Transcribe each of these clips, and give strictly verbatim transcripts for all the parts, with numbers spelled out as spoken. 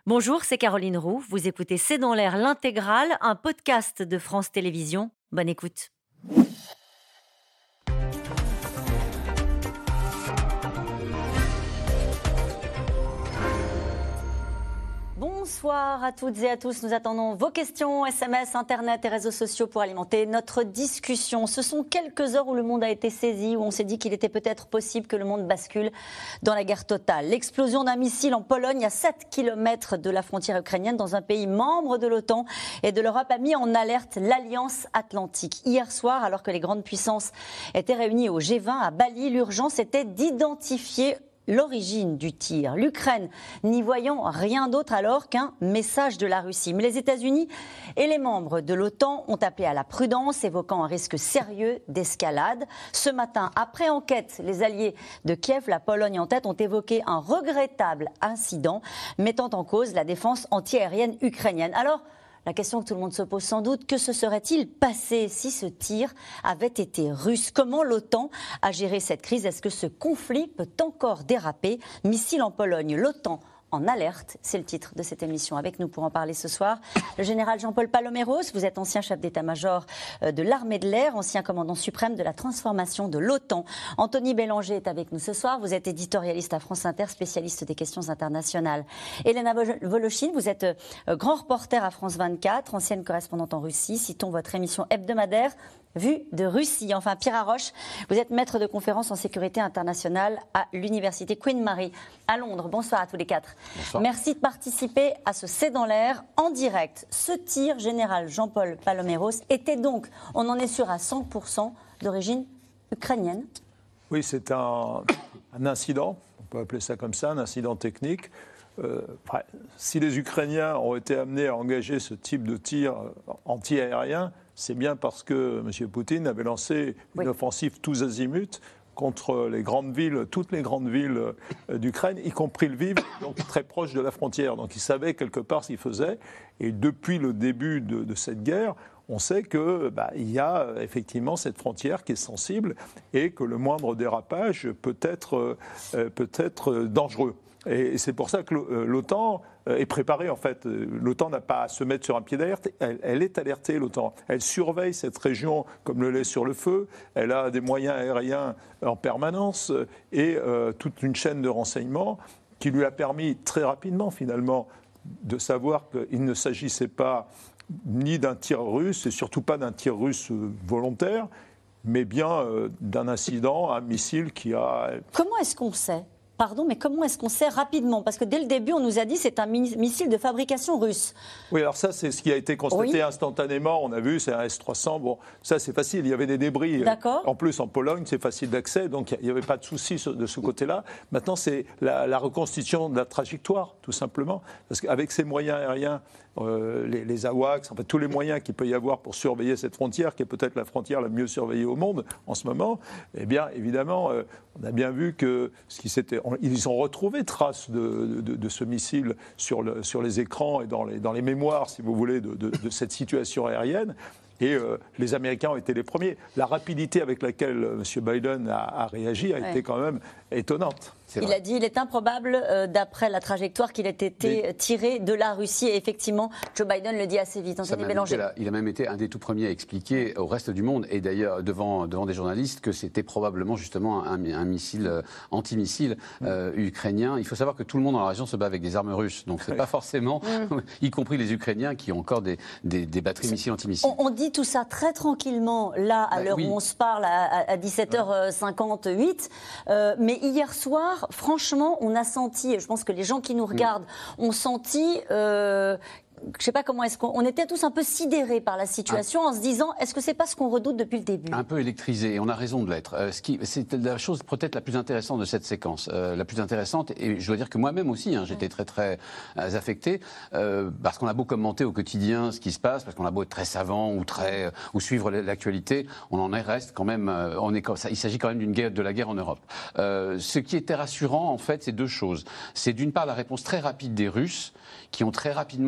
Bonjour, c'est Caroline Roux. Vous écoutez C'est dans l'air l'intégrale, un podcast de France Télévisions. Bonne écoute. Bonsoir à toutes et à tous. Nous attendons vos questions, S M S, Internet et réseaux sociaux pour alimenter notre discussion. Ce sont quelques heures où le monde a été saisi, où on s'est dit qu'il était peut-être possible que le monde bascule dans la guerre totale. L'explosion d'un missile en Pologne, à sept kilomètres de la frontière ukrainienne, dans un pays membre de l'OTAN et de l'Europe, a mis en alerte l'Alliance Atlantique. Hier soir, alors que les grandes puissances étaient réunies au G vingt à Bali, l'urgence était d'identifier l'origine du tir. L'Ukraine n'y voyant rien d'autre alors qu'un message de la Russie. Mais les États-Unis et les membres de l'OTAN ont appelé à la prudence, évoquant un risque sérieux d'escalade. Ce matin, après enquête, les alliés de Kiev, la Pologne en tête, ont évoqué un regrettable incident mettant en cause la défense antiaérienne ukrainienne. Alors, la question que tout le monde se pose sans doute, que se serait-il passé si ce tir avait été russe? Comment l'OTAN a géré cette crise? Est-ce que ce conflit peut encore déraper? Missile en Pologne, l'OTAN en alerte, c'est le titre de cette émission. Avec nous pour en parler ce soir, le général Jean-Paul Paloméros. Vous êtes ancien chef d'état-major de l'armée de l'air, ancien commandant suprême de la transformation de l'OTAN. Anthony Bélanger est avec nous ce soir. Vous êtes éditorialiste à France Inter, spécialiste des questions internationales. Elena Voloshin, vous êtes grand reporter à France vingt-quatre, ancienne correspondante en Russie. Citons votre émission hebdomadaire Vue de Russie. Enfin, Pierre Haroche, vous êtes maître de conférences en sécurité internationale à l'université Queen Mary à Londres. Bonsoir à tous les quatre. Bonsoir. Merci de participer à ce C'est dans l'air en direct. Ce tir, général Jean-Paul Paloméros, était donc, on en est sûr à cent pour cent, d'origine ukrainienne. Oui, c'est un, un incident, on peut appeler ça comme ça, un incident technique. Euh, si les Ukrainiens ont été amenés à engager ce type de tir anti-aérien, c'est bien parce que M. Poutine avait lancé une oui. offensive tous azimuts contre les grandes villes, toutes les grandes villes d'Ukraine, y compris Lviv, donc très proche de la frontière. Donc il savait quelque part ce qu'il faisait. Et depuis le début de, de cette guerre, on sait qu'il bah, y a effectivement cette frontière qui est sensible et que le moindre dérapage peut être, euh, peut être dangereux. Et c'est pour ça que l'OTAN est préparée, en fait. L'OTAN n'a pas à se mettre sur un pied d'alerte, elle, elle est alertée, l'OTAN. Elle surveille cette région comme le lait sur le feu, elle a des moyens aériens en permanence et euh, toute une chaîne de renseignements qui lui a permis très rapidement, finalement, de savoir qu'il ne s'agissait pas ni d'un tir russe, et surtout pas d'un tir russe volontaire, mais bien euh, d'un incident, un missile qui a... Comment est-ce qu'on sait ? Pardon, mais comment est-ce qu'on sait rapidement? Parce que dès le début, on nous a dit que c'est un missile de fabrication russe. Oui, alors ça, c'est ce qui a été constaté oui. instantanément. On a vu, c'est un S trois cents. Bon, ça, c'est facile. Il y avait des débris. D'accord. En plus, en Pologne, c'est facile d'accès. Donc, il n'y avait pas de souci de ce côté-là. Maintenant, c'est la, la reconstitution de la trajectoire, tout simplement. Parce qu'avec ces moyens aériens, euh, les, les AWACS, en fait, tous les moyens qu'il peut y avoir pour surveiller cette frontière, qui est peut-être la frontière la mieux surveillée au monde en ce moment, eh bien, évidemment, euh, on a bien vu que ce qui s'était... Ils ont retrouvé trace de, de, de ce missile sur, le, sur les écrans et dans les, dans les mémoires, si vous voulez, de, de, de cette situation aérienne. Et euh, les Américains ont été les premiers. La rapidité avec laquelle euh, M. Biden a, a réagi a ouais. été quand même étonnante. Il a dit il est improbable, euh, d'après la trajectoire, qu'il ait été Mais... tiré de la Russie. Et effectivement, Joe Biden le dit assez vite. Anthony Bélanger. La, il a même été un des tout premiers à expliquer au reste du monde, et d'ailleurs devant, devant des journalistes, que c'était probablement justement un, un missile euh, antimissile euh, mmh. ukrainien. Il faut savoir que tout le monde dans la région se bat avec des armes russes. Donc ce n'est pas forcément, mmh. y compris les Ukrainiens qui ont encore des, des, des batteries missiles antimissiles. On, on dit tout ça très tranquillement, là, à bah, l'heure oui. où on se parle, à, à dix-sept heures cinquante-huit. Euh, mais hier soir, franchement, on a senti, et je pense que les gens qui nous regardent mmh. ont senti... Euh, je ne sais pas comment est-ce qu'on... On était tous un peu sidérés par la situation ah. en se disant, est-ce que c'est pas ce qu'on redoute depuis le début? Un peu électrisé, et on a raison de l'être. Euh, ce qui, c'est la chose peut-être la plus intéressante de cette séquence. Euh, la plus intéressante, et je dois dire que moi-même aussi, hein, j'étais très très euh, affecté, euh, parce qu'on a beau commenter au quotidien ce qui se passe, parce qu'on a beau être très savant ou, très, euh, ou suivre l'actualité, on en est, reste quand même... Euh, on est, ça, il s'agit quand même d'une guerre, de la guerre en Europe. Euh, ce qui était rassurant, en fait, c'est deux choses. C'est d'une part la réponse très rapide des Russes, qui ont très rapidement fait savoir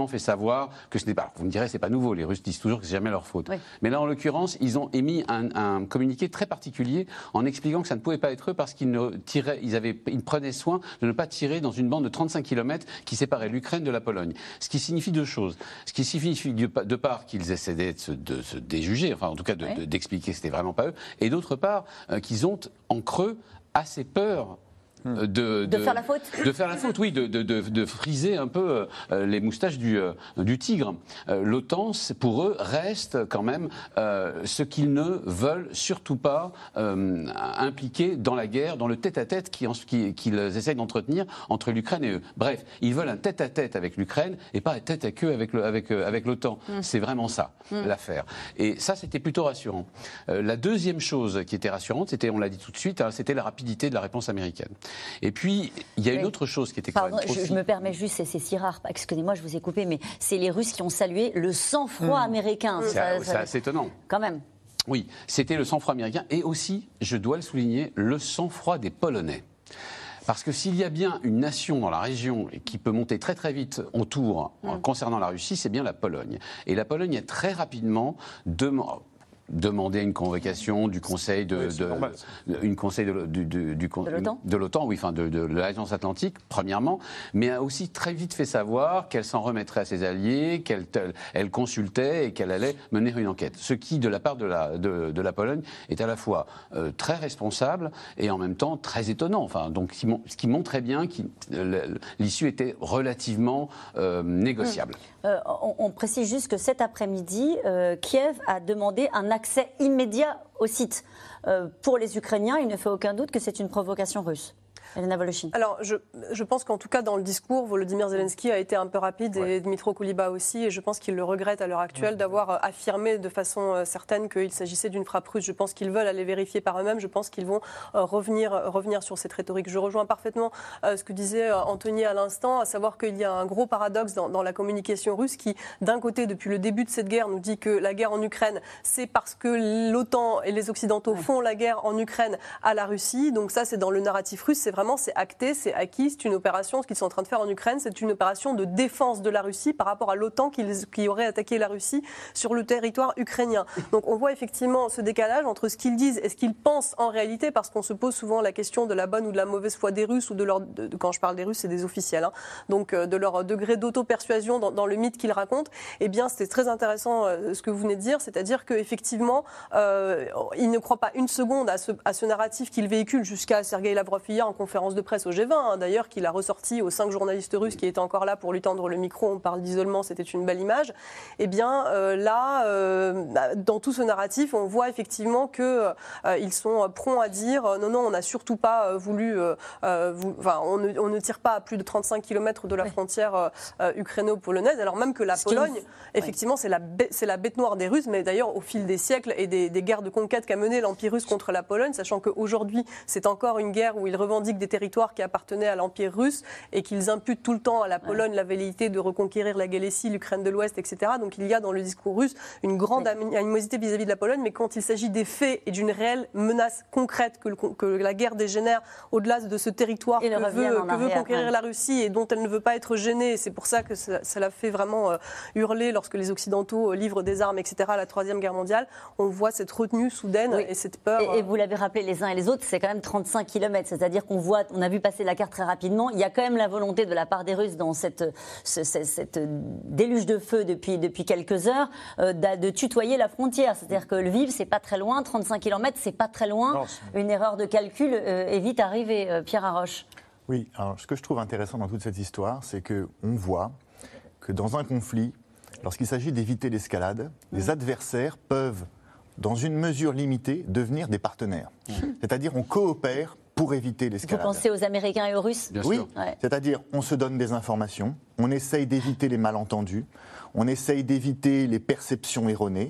savoir que ce n'est pas... Vous me direz, c'est pas nouveau, les Russes disent toujours que c'est jamais leur faute. Oui. Mais là, en l'occurrence, ils ont émis un, un communiqué très particulier en expliquant que ça ne pouvait pas être eux parce qu'ils ne tiraient, ils, avaient, ils prenaient soin de ne pas tirer dans une bande de trente-cinq kilomètres qui séparait l'Ukraine de la Pologne. Ce qui signifie deux choses. Ce qui signifie de, de part qu'ils essayaient de se, de se déjuger, enfin en tout cas de, oui. de, d'expliquer que c'était vraiment pas eux, et d'autre part euh, qu'ils ont en creux assez peur De, de, de faire la faute De faire la faute, oui, de, de, de, de friser un peu euh, les moustaches du, euh, du tigre. Euh, L'OTAN, pour eux, reste quand même euh, ce qu'ils ne veulent surtout pas euh, impliquer dans la guerre, dans le tête-à-tête qu'ils qui, qui essayent d'entretenir entre l'Ukraine et eux. Bref, ils veulent un tête-à-tête avec l'Ukraine et pas un tête-à-queue avec l'OTAN. Avec, avec l'OTAN. Mm. C'est vraiment ça, mm. l'affaire. Et ça, c'était plutôt rassurant. Euh, la deuxième chose qui était rassurante, c'était, on l'a dit tout de suite, hein, c'était la rapidité de la réponse américaine. Et puis, il y a oui. une autre chose qui était quand Pardon, même aussi... je, je me permets juste, c'est si rare, excusez-moi, je vous ai coupé, mais c'est les Russes qui ont salué le sang-froid mmh. américain. C'est ça, ça, assez étonnant. Quand même. Oui, c'était le sang-froid américain et aussi, je dois le souligner, le sang-froid des Polonais. Parce que s'il y a bien une nation dans la région qui peut monter très très vite autour mmh. concernant la Russie, c'est bien la Pologne. Et la Pologne a très rapidement demandé... demander une convocation du Conseil de, oui, de, une conseil de, du, du, du, de l'OTAN, de l'OTAN, oui, enfin de, de l'Alliance Atlantique, premièrement, mais a aussi très vite fait savoir qu'elle s'en remettrait à ses alliés, qu'elle elle consultait et qu'elle allait mener une enquête. Ce qui, de la part de la, de, de la Pologne, est à la fois euh, très responsable et en même temps très étonnant. Enfin, donc, ce qui montrait bien que l'issue était relativement euh, négociable. Mmh. Euh, on, on précise juste que cet après-midi, euh, Kiev a demandé un accès immédiat au site. Euh, pour les Ukrainiens, il ne fait aucun doute que c'est une provocation russe. Elena Voloshin. Alors, je, je pense qu'en tout cas, dans le discours, Volodymyr Zelensky a été un peu rapide ouais. et Dmytro Kuleba aussi, et je pense qu'il le regrette à l'heure actuelle ouais. d'avoir affirmé de façon certaine qu'il s'agissait d'une frappe russe. Je pense qu'ils veulent aller vérifier par eux-mêmes, je pense qu'ils vont revenir, revenir sur cette rhétorique. Je rejoins parfaitement ce que disait Anthony à l'instant, à savoir qu'il y a un gros paradoxe dans, dans la communication russe qui, d'un côté, depuis le début de cette guerre, nous dit que la guerre en Ukraine, c'est parce que l'OTAN et les Occidentaux ouais. font la guerre en Ukraine à la Russie. Donc ça, c'est dans le narratif russe, c'est vraiment c'est acté, c'est acquis, c'est une opération, ce qu'ils sont en train de faire en Ukraine, c'est une opération de défense de la Russie par rapport à l'OTAN qui, qui aurait attaqué la Russie sur le territoire ukrainien. Donc on voit effectivement ce décalage entre ce qu'ils disent et ce qu'ils pensent en réalité, parce qu'on se pose souvent la question de la bonne ou de la mauvaise foi des Russes, ou de leur, de, de, quand je parle des Russes, c'est des officiels, hein, donc euh, de leur degré d'auto-persuasion dans, dans le mythe qu'ils racontent. Eh bien, c'était très intéressant euh, ce que vous venez de dire, c'est-à-dire qu'effectivement, euh, ils ne croient pas une seconde à ce, à ce narratif qu'ils véhiculent jusqu'à Sergueï Lavrov hier en conférence de presse au G vingt, hein, d'ailleurs, qu'il a ressorti aux cinq journalistes russes qui étaient encore là pour lui tendre le micro. On parle d'isolement, c'était une belle image. Eh bien, euh, là, euh, dans tout ce narratif, on voit effectivement qu'ils euh, sont prompts à dire euh, non, non, on n'a surtout pas euh, voulu, euh, euh, vous, enfin, on ne, on ne tire pas à plus de trente-cinq kilomètres de la frontière euh, euh, ukraino-polonaise, alors même que la Pologne, oui. effectivement, c'est la, c'est la bête noire des Russes, mais d'ailleurs, au fil des siècles et des, des guerres de conquête qu'a mené l'Empire russe contre la Pologne, sachant qu'aujourd'hui, c'est encore une guerre où ils revendiquent des territoires qui appartenaient à l'Empire russe et qu'ils imputent tout le temps à la Pologne ouais. la velléité de reconquérir la Galécie, l'Ukraine de l'Ouest, et cetera. Donc il y a dans le discours russe une grande oui. animosité vis-à-vis de la Pologne, mais quand il s'agit des faits et d'une réelle menace concrète que, le, que la guerre dégénère au-delà de ce territoire que veut, que veut conquérir ouais. la Russie et dont elle ne veut pas être gênée, et c'est pour ça que ça, ça l'a fait vraiment euh, hurler lorsque les Occidentaux euh, livrent des armes, et cetera à la Troisième Guerre mondiale, on voit cette retenue soudaine oui. et cette peur. Et, et vous l'avez rappelé les uns et les autres, c'est quand même trente-cinq kilomètres, c'est-à-dire qu'on voit, on a vu passer la carte très rapidement, il y a quand même la volonté de la part des Russes dans cette, ce, cette, cette déluge de feu depuis, depuis quelques heures euh, de, de tutoyer la frontière, c'est-à-dire que Lviv c'est pas très loin, trente-cinq kilomètres c'est pas très loin, non, une erreur de calcul euh, est vite arrivée, euh, Pierre Haroche. Oui, alors ce que je trouve intéressant dans toute cette histoire, c'est qu'on voit que dans un conflit, lorsqu'il s'agit d'éviter l'escalade, mmh. les adversaires peuvent, dans une mesure limitée, devenir des partenaires. Mmh. C'est-à-dire on coopère pour éviter l'escalade. Vous pensez aux Américains et aux Russes ? Bien Oui, ouais. c'est-à-dire on se donne des informations, on essaye d'éviter les malentendus, on essaye d'éviter les perceptions erronées,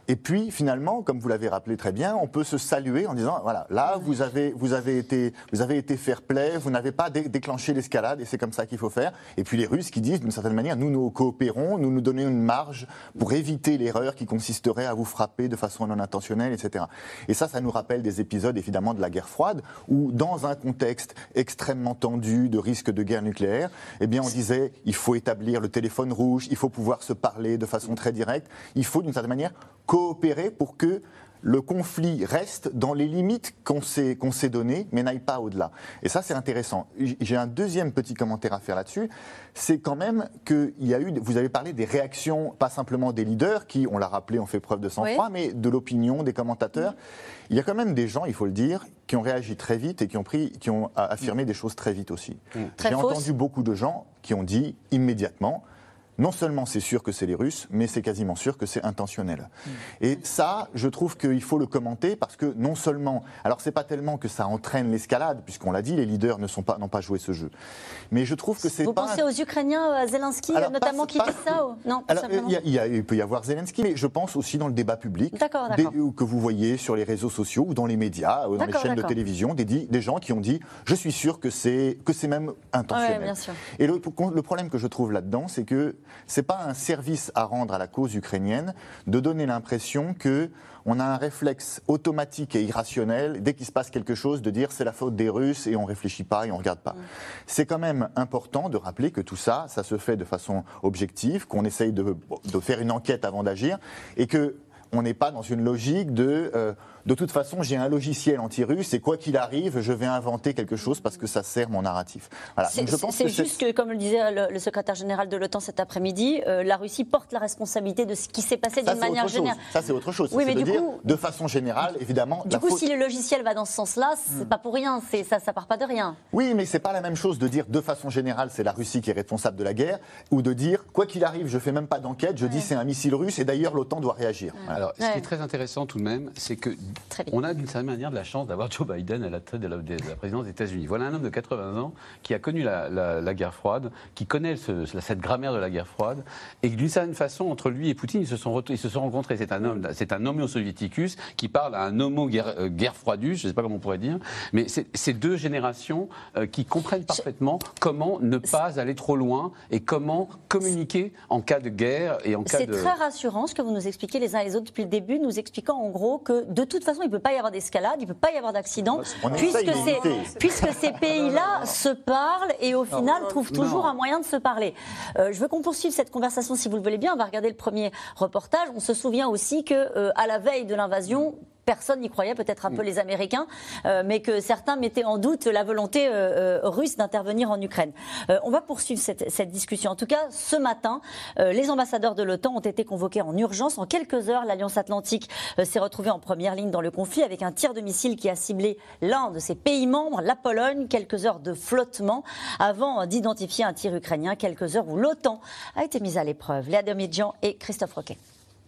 Et puis, finalement, comme vous l'avez rappelé très bien, on peut se saluer en disant, voilà, là, vous avez, vous avez été, vous avez été fair-play, vous n'avez pas dé- déclenché l'escalade, et c'est comme ça qu'il faut faire. Et puis les Russes qui disent, d'une certaine manière, nous nous coopérons, nous nous donnons une marge pour éviter l'erreur qui consisterait à vous frapper de façon non intentionnelle, et cetera. Et ça, ça nous rappelle des épisodes, évidemment, de la guerre froide, où, dans un contexte extrêmement tendu de risque de guerre nucléaire, eh bien, on disait, il faut établir le téléphone rouge, il faut pouvoir se parler de façon très directe, il faut, d'une certaine manière, coopérer pour que le conflit reste dans les limites qu'on s'est, qu'on s'est données, mais n'aille pas au-delà. Et ça, c'est intéressant. J'ai un deuxième petit commentaire à faire là-dessus. C'est quand même qu'il y a eu, vous avez parlé des réactions, pas simplement des leaders, qui, on l'a rappelé, ont fait preuve de sang-froid, oui. mais de l'opinion, des commentateurs. Mmh. Il y a quand même des gens, il faut le dire, qui ont réagi très vite et qui ont, pris, qui ont affirmé mmh. des choses très vite aussi. Mmh. J'ai entendu beaucoup de gens qui ont dit immédiatement, non seulement c'est sûr que c'est les Russes, mais c'est quasiment sûr que c'est intentionnel. Mmh. Et ça, je trouve qu'il faut le commenter parce que non seulement, alors c'est pas tellement que ça entraîne l'escalade, puisqu'on l'a dit, les leaders ne sont pas, n'ont pas joué ce jeu. Mais je trouve que c'est Vous pas... pensez aux Ukrainiens, à Zelensky, alors, notamment, pas, qui pas... disent ça ou... Non, alors, il, y a, il, y a, il peut y avoir Zelensky, mais je pense aussi dans le débat public, d'accord, d'accord. Des, que vous voyez sur les réseaux sociaux ou dans les médias, ou dans d'accord, les chaînes d'accord. de télévision, des, des gens qui ont dit, je suis sûr que c'est, que c'est même intentionnel. Ouais, bien sûr. Et le, le problème que je trouve là-dedans, c'est que c'est pas un service à rendre à la cause ukrainienne de donner l'impression que on a un réflexe automatique et irrationnel dès qu'il se passe quelque chose de dire c'est la faute des Russes et on réfléchit pas et on regarde pas. Mmh. C'est quand même important de rappeler que tout ça, ça se fait de façon objective, qu'on essaye de, de faire une enquête avant d'agir et que on n'est pas dans une logique de euh, de toute façon j'ai un logiciel anti-russe et quoi qu'il arrive je vais inventer quelque chose parce que ça sert mon narratif. Voilà. C'est, Donc je pense c'est que juste c'est... que comme le disait le, le secrétaire général de l'OTAN cet après-midi, euh, la Russie porte la responsabilité de ce qui s'est passé ça, d'une manière générale. Ça c'est autre chose. Oui, c'est mais de du dire, coup, de façon générale évidemment. Du coup faute... si le logiciel va dans ce sens-là, c'est hmm. pas pour rien, c'est, ça ça part pas de rien. Oui mais c'est pas la même chose de dire de façon générale c'est la Russie qui est responsable de la guerre ou de dire quoi qu'il arrive je fais même pas d'enquête, je ouais. dis c'est un missile russe et d'ailleurs l'OTAN doit réagir. Ouais. Alors ce ouais. qui est très intéressant tout de même, c'est que on a d'une certaine manière de la chance d'avoir Joe Biden à la tête de la, de la présidence des États-Unis. Voilà un homme de quatre-vingts ans qui a connu la, la, la guerre froide, qui connaît ce, cette grammaire de la guerre froide, et d'une certaine façon, entre lui et Poutine, ils se sont, ils se sont rencontrés. C'est un homme, c'est un homo soviéticus qui parle à un homo guerre, euh, guerre froidus, je ne sais pas comment on pourrait dire, mais c'est, c'est deux générations euh, qui comprennent parfaitement comment ne pas aller trop loin et comment communiquer en cas de guerre et en cas c'est de... C'est très rassurant ce que vous nous expliquez les uns et les autres depuis le début, nous expliquant en gros que de toute façon, il ne peut pas y avoir d'escalade, il ne peut pas y avoir d'accident, puisque, ces, puisque ces pays-là se parlent et au final non, trouvent toujours non. un moyen de se parler. Euh, je veux qu'on poursuive cette conversation si vous le voulez bien. On va regarder le premier reportage. On se souvient aussi qu'à euh, la veille de l'invasion, personne n'y croyait, peut-être un peu les Américains, euh, mais que certains mettaient en doute la volonté euh, euh, russe d'intervenir en Ukraine. Euh, on va poursuivre cette, cette discussion. En tout cas, ce matin, euh, les ambassadeurs de l'OTAN ont été convoqués en urgence. En quelques heures, l'Alliance Atlantique euh, s'est retrouvée en première ligne dans le conflit avec un tir de missile qui a ciblé l'un de ses pays membres, la Pologne. Quelques heures de flottement avant d'identifier un tir ukrainien. Quelques heures où l'OTAN a été mise à l'épreuve. Léa Dermidjian et Christophe Roquet.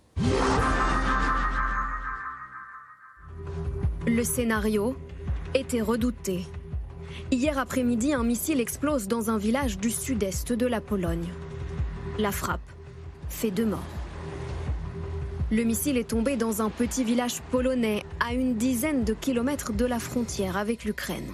Le scénario était redouté. Hier après-midi, un missile explose dans un village du sud-est de la Pologne. La frappe fait deux morts. Le missile est tombé dans un petit village polonais à une dizaine de kilomètres de la frontière avec l'Ukraine.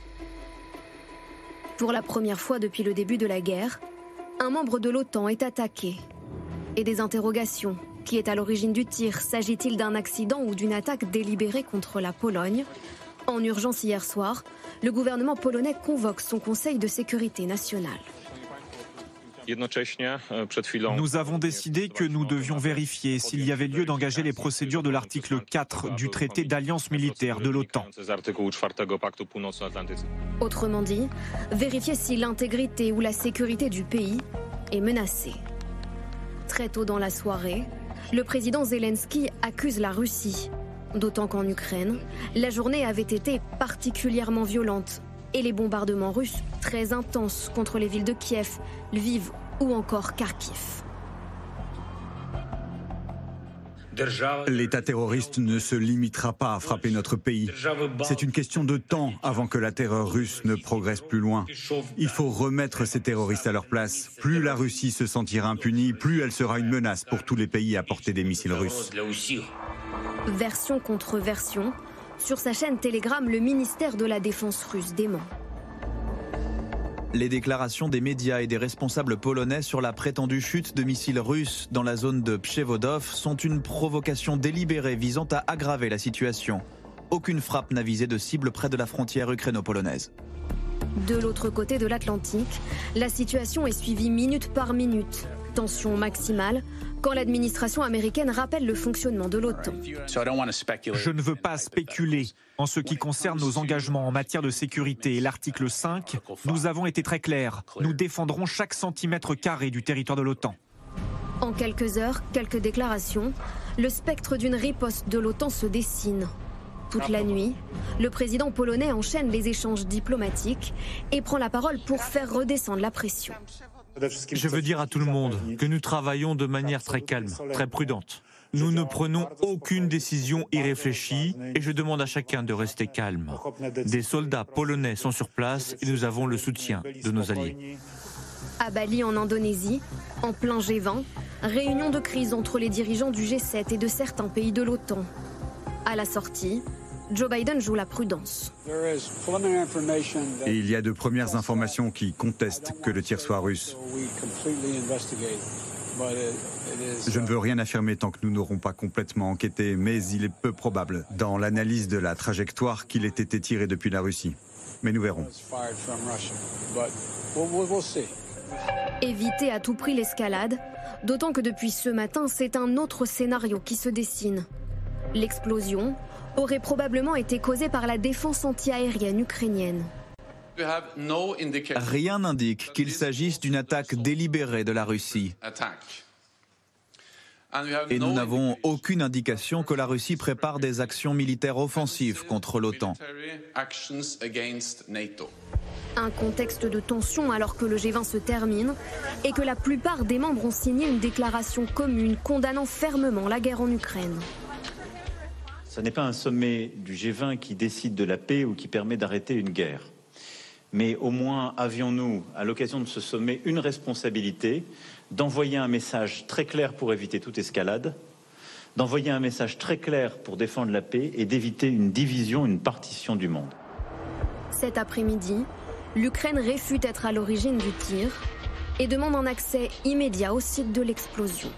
Pour la première fois depuis le début de la guerre, un membre de l'OTAN est attaqué. Et des interrogations. Qui est à l'origine du tir? S'agit-il d'un accident ou d'une attaque délibérée contre la Pologne? En urgence hier soir, le gouvernement polonais convoque son Conseil de sécurité nationale. Nous avons décidé que nous devions vérifier s'il y avait lieu d'engager les procédures de l'article quatre du traité d'alliance militaire de l'OTAN. Autrement dit, vérifier si l'intégrité ou la sécurité du pays est menacée. Très tôt dans la soirée, le président Zelensky accuse la Russie. D'autant qu'en Ukraine, la journée avait été particulièrement violente et les bombardements russes très intenses contre les villes de Kiev, Lviv ou encore Kharkiv. L'État terroriste ne se limitera pas à frapper notre pays. C'est une question de temps avant que la terreur russe ne progresse plus loin. Il faut remettre ces terroristes à leur place. Plus la Russie se sentira impunie, plus elle sera une menace pour tous les pays à porter des missiles russes. Version contre version, sur sa chaîne Telegram, le ministère de la Défense russe dément. Les déclarations des médias et des responsables polonais sur la prétendue chute de missiles russes dans la zone de Przewodow sont une provocation délibérée visant à aggraver la situation. Aucune frappe n'a visé de cible près de la frontière ukraino-polonaise. De l'autre côté de l'Atlantique, la situation est suivie minute par minute. Tension maximale quand l'administration américaine rappelle le fonctionnement de l'OTAN. Je ne veux pas spéculer. En ce qui concerne nos engagements en matière de sécurité et l'article cinq, nous avons été très clairs. Nous défendrons chaque centimètre carré du territoire de l'OTAN. En quelques heures, quelques déclarations, le spectre d'une riposte de l'OTAN se dessine. Toute la nuit, le président polonais enchaîne les échanges diplomatiques et prend la parole pour faire redescendre la pression. Je veux dire à tout le monde que nous travaillons de manière très calme, très prudente. Nous ne prenons aucune décision irréfléchie et je demande à chacun de rester calme. Des soldats polonais sont sur place et nous avons le soutien de nos alliés. À Bali, en Indonésie, en plein G vingt, réunion de crise entre les dirigeants du G sept et de certains pays de l'OTAN. À la sortie, Joe Biden joue la prudence. Et il y a de premières informations qui contestent que le tir soit russe. Je ne veux rien affirmer tant que nous n'aurons pas complètement enquêté, mais il est peu probable, dans l'analyse de la trajectoire, qu'il ait été tiré depuis la Russie. Mais nous verrons. Éviter à tout prix l'escalade, d'autant que depuis ce matin, c'est un autre scénario qui se dessine. L'explosion aurait probablement été causée par la défense antiaérienne ukrainienne. Rien n'indique qu'il s'agisse d'une attaque délibérée de la Russie. Et nous n'avons aucune indication que la Russie prépare des actions militaires offensives contre l'OTAN. Un contexte de tension alors que le G vingt se termine et que la plupart des membres ont signé une déclaration commune condamnant fermement la guerre en Ukraine. Ce n'est pas un sommet du G vingt qui décide de la paix ou qui permet d'arrêter une guerre. Mais au moins avions-nous, à l'occasion de ce sommet, une responsabilité d'envoyer un message très clair pour éviter toute escalade, d'envoyer un message très clair pour défendre la paix et d'éviter une division, une partition du monde. Cet après-midi, l'Ukraine réfute être à l'origine du tir et demande un accès immédiat au site de l'explosion.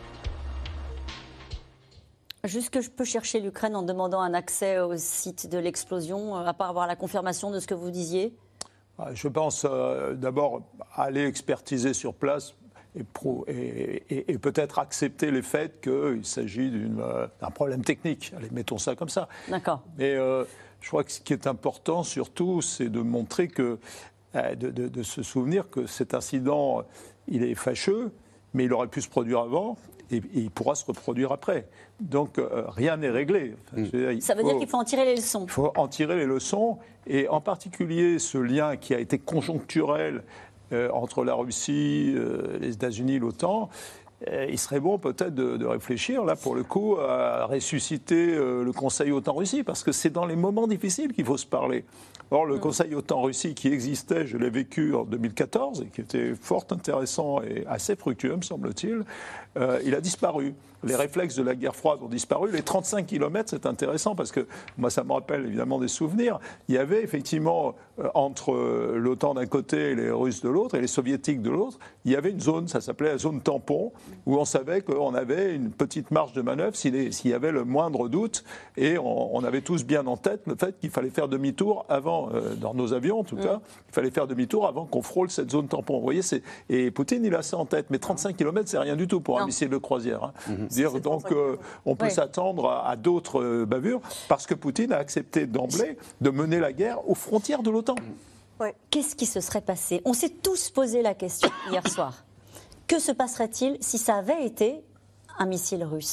Juste que je peux chercher l'Ukraine en demandant un accès au site de l'explosion, à part avoir la confirmation de ce que vous disiez? Je pense euh, d'abord aller expertiser sur place et, pro, et, et, et peut-être accepter les faits qu'il s'agit d'une, euh, d'un problème technique. Allez, mettons ça comme ça. D'accord. Mais euh, je crois que ce qui est important surtout, c'est de montrer que, euh, de, de, de se souvenir que cet incident, il est fâcheux, mais il aurait pu se produire avant. Et, et il pourra se reproduire après. Donc euh, rien n'est réglé. Enfin, mmh. dire, Ça veut faut, dire qu'il faut en tirer les leçons. Il faut en tirer les leçons, et en particulier ce lien qui a été conjoncturel euh, entre la Russie, euh, les États-Unis, l'OTAN. Euh, il serait bon peut-être de, de réfléchir, là, pour le coup, à ressusciter euh, le Conseil OTAN-Russie, parce que c'est dans les moments difficiles qu'il faut se parler. Or, le mmh. Conseil OTAN-Russie qui existait, je l'ai vécu en deux mille quatorze, et qui était fort intéressant et assez fructueux, me semble-t-il, euh, il a disparu. Les réflexes de la guerre froide ont disparu. Les trente-cinq kilomètres, c'est intéressant parce que moi, ça me rappelle évidemment des souvenirs. Il y avait effectivement, euh, entre euh, l'OTAN d'un côté et les Russes de l'autre, et les Soviétiques de l'autre, il y avait une zone, ça s'appelait la zone tampon, où on savait qu'on avait une petite marge de manœuvre s'il, est, s'il y avait le moindre doute. Et on, on avait tous bien en tête le fait qu'il fallait faire demi-tour avant, euh, dans nos avions en tout cas, il fallait faire demi-tour avant qu'on frôle cette zone tampon. Vous voyez, c'est, et Poutine, il a ça en tête. Mais trente-cinq kilomètres, c'est rien du tout pour non. un missile de croisière. Hein. Mmh. Dire, donc, euh, on peut ouais. s'attendre à, à d'autres euh, bavures, parce que Poutine a accepté d'emblée de mener la guerre aux frontières de l'OTAN. Ouais. Qu'est-ce qui se serait passé? On s'est tous posé la question hier soir. Que se passerait-il si ça avait été un missile russe?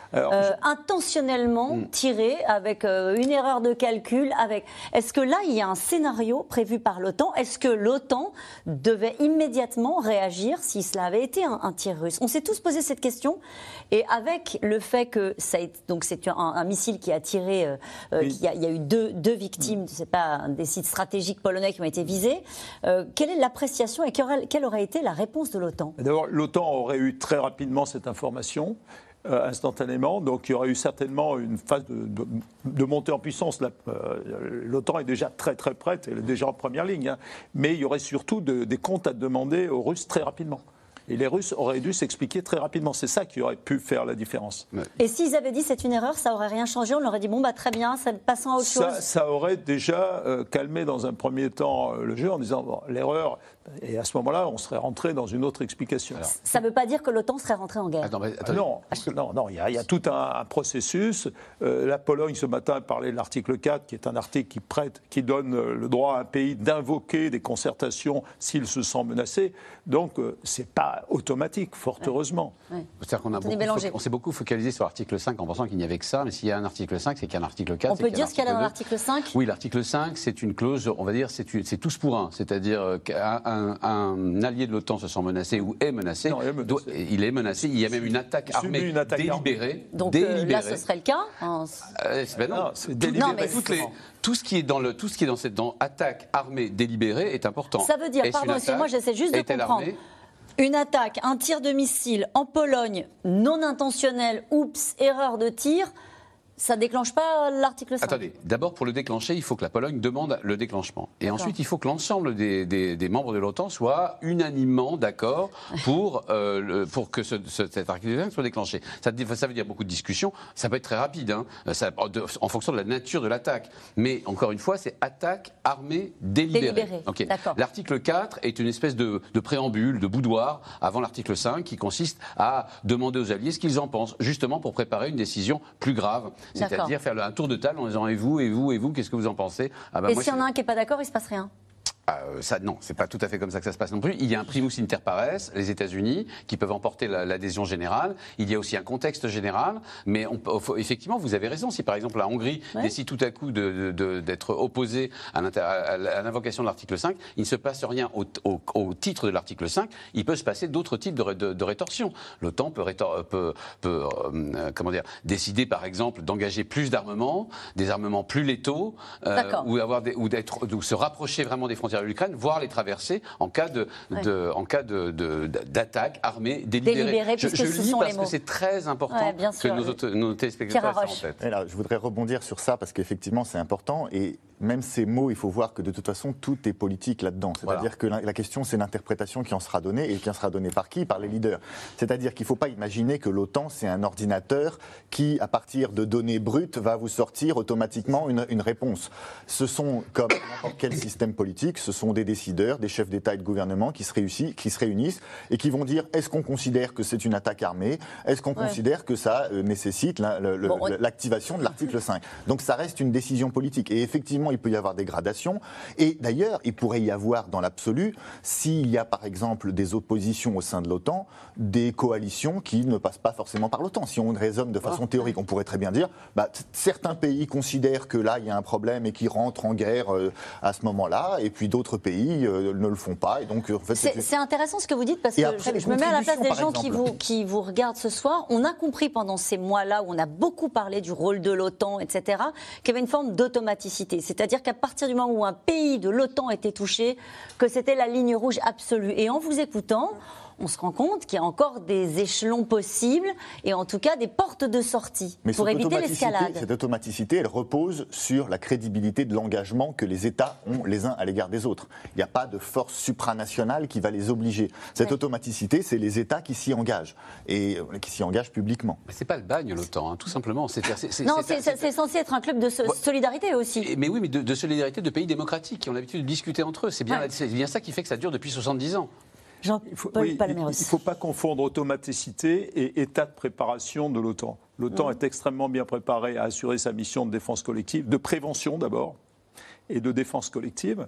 Alors, euh, je... intentionnellement mmh. tiré avec euh, une erreur de calcul. Avec... Est-ce que là, il y a un scénario prévu par l'OTAN? Est-ce que l'OTAN devait immédiatement réagir si cela avait été un, un tir russe? On s'est tous posé cette question. Et avec le fait que ça a été, donc c'est un, un missile qui a tiré, euh, oui. qui a, il y a eu deux, deux victimes, mmh. c'est pas des sites stratégiques polonais qui ont été visés. Euh, quelle est l'appréciation et quelle aurait été la réponse de l'OTAN? D'abord, l'OTAN aurait eu très rapidement cette information. Euh, instantanément, donc il y aurait eu certainement une phase de, de, de montée en puissance. Euh, L'OTAN est déjà très très prête, elle est déjà en première ligne, hein, mais il y aurait surtout de, des comptes à demander aux Russes très rapidement. Et les Russes auraient dû s'expliquer très rapidement. C'est ça qui aurait pu faire la différence. Ouais. Et s'ils avaient dit c'est une erreur, ça aurait rien changé? On leur aurait dit bon bah très bien, ça, passons à autre ça, chose. Ça aurait déjà euh, calmé dans un premier temps euh, le jeu en disant bon, l'erreur. Et à ce moment-là, on serait rentré dans une autre explication. Alors, ça ne veut pas dire que l'OTAN serait rentrée en guerre. Attends, mais, non, non, non, il y, y a tout un, un processus. Euh, la Pologne ce matin parlait de l'article quatre, qui est un article qui prête, qui donne le droit à un pays d'invoquer des concertations s'il se sent menacé. Donc euh, c'est pas automatique, fort ouais. heureusement. Ouais. C'est-à-dire qu'on a beaucoup, on s'est beaucoup focalisé sur l'article cinq en pensant qu'il n'y avait que ça, mais s'il y a un article cinq, c'est qu'il y a un article quatre. On peut dire ce qu'il y a dans l'article cinq? Oui, l'article cinq, c'est une clause, on va dire, c'est, c'est tous pour un, c'est-à-dire qu'un Un, un allié de l'OTAN se sent menacé ou est menacé, non, il, est menacé. Doit, il est menacé, il y a même une attaque armée une attaque délibérée. Armée. Donc délibérée. Euh, là, ce serait le cas hein. euh, ben non, non c'est délibéré. Non, mais toutes les, tout ce qui est dans, le, tout ce qui est dans cette dans attaque armée délibérée est important. Ça veut dire, est pardon, excusez-moi, j'essaie juste de comprendre. Armée, une attaque, un tir de missile en Pologne, non intentionnel, oups, erreur de tir, ça ne déclenche pas l'article cinq? Attendez, d'abord pour le déclencher, il faut que la Pologne demande le déclenchement. Et ensuite, il faut que l'ensemble des, des, des membres de l'OTAN soient unanimement d'accord pour, euh, le, pour que ce, ce, cet article cinq soit déclenché. Ça, ça veut dire beaucoup de discussions, ça peut être très rapide, hein, ça, de, en fonction de la nature de l'attaque. Mais encore une fois, c'est attaque armée délibérée. Délibérée. Okay. L'article quatre est une espèce de, de préambule, de boudoir avant l'article cinq qui consiste à demander aux alliés ce qu'ils en pensent, justement pour préparer une décision plus grave. C'est-à-dire faire un tour de table en disant et vous, et vous, et vous, qu'est-ce que vous en pensez? ah bah Et s'il y en a un qui n'est pas d'accord, il ne se passe rien? Euh, ça, non, c'est pas tout à fait comme ça que ça se passe non plus. Il y a un primus inter pares, les États-Unis, qui peuvent emporter la, l'adhésion générale. Il y a aussi un contexte général, mais on, faut, effectivement, vous avez raison. Si par exemple la Hongrie ouais. décide tout à coup de, de, de, d'être opposée à, à l'invocation de l'article cinq, il ne se passe rien au, au, au titre de l'article cinq. Il peut se passer d'autres types de, de, de rétorsions. L'OTAN peut, rétor, peut, peut euh, comment dire, décider par exemple d'engager plus d'armements, des armements plus létaux, euh, ou, avoir des, ou, d'être, ou se rapprocher vraiment des frontières de l'Ukraine, voire les traverser en cas de, ouais. de, en cas de, de, d'attaque armée délibérée. Délibérée, je je le dis parce que c'est très important ouais, que sûr, nos, oui. nos téléspectateurs soient en tête. Et là, je voudrais rebondir sur ça parce qu'effectivement c'est important et même ces mots, il faut voir que de toute façon tout est politique là-dedans. C'est-à-dire voilà. que la, la question c'est l'interprétation qui en sera donnée et qui en sera donnée par qui? Par les leaders. C'est-à-dire qu'il ne faut pas imaginer que l'OTAN c'est un ordinateur qui, à partir de données brutes, va vous sortir automatiquement une, une réponse. Ce sont, comme n'importe quel système politique, ce sont des décideurs, des chefs d'État et de gouvernement qui se, réussissent, qui se réunissent et qui vont dire est-ce qu'on considère que c'est une attaque armée? Est-ce qu'on ouais. considère que ça euh, nécessite la, le, bon, le, l'activation de l'article cinq? Donc ça reste une décision politique. Et effectivement, il peut y avoir des gradations. Et d'ailleurs, il pourrait y avoir dans l'absolu, s'il y a par exemple des oppositions au sein de l'OTAN, des coalitions qui ne passent pas forcément par l'OTAN. Si on raisonne de façon théorique, on pourrait très bien dire bah, certains pays considèrent que là, il y a un problème et qui rentrent en guerre euh, à ce moment-là, et puis d'autres pays euh, ne le font pas. Et donc, en fait, c'est, c'est intéressant ce que vous dites, parce que après, je, je me mets à la place des gens qui vous, qui vous regardent ce soir. On a compris pendant ces mois-là où on a beaucoup parlé du rôle de l'OTAN, et cetera, qu'il y avait une forme d'automaticité. C'est-à-dire qu'à partir du moment où un pays de l'OTAN était touché, que c'était la ligne rouge absolue. Et en vous écoutant, on se rend compte qu'il y a encore des échelons possibles et en tout cas des portes de sortie Mais pour éviter l'escalade. Cette automaticité, elle repose sur la crédibilité de l'engagement que les États ont les uns à l'égard des autres. Il n'y a pas de force supranationale qui va les obliger. Cette ouais. automaticité, c'est les États qui s'y engagent et euh, qui s'y engagent publiquement. Mais c'est pas le bagne, l'OTAN, hein, tout simplement. C'est, c'est, c'est, non, c'est, c'est, c'est, c'est censé être un club de so- ouais. solidarité aussi. Mais oui, mais de, de solidarité de pays démocratiques qui ont l'habitude de discuter entre eux. C'est bien, ouais. c'est bien ça qui fait que ça dure depuis soixante-dix ans. Il ne faut, oui, faut pas confondre automaticité et état de préparation de l'OTAN. L'OTAN mmh. est extrêmement bien préparée à assurer sa mission de défense collective, de prévention d'abord, et de défense collective.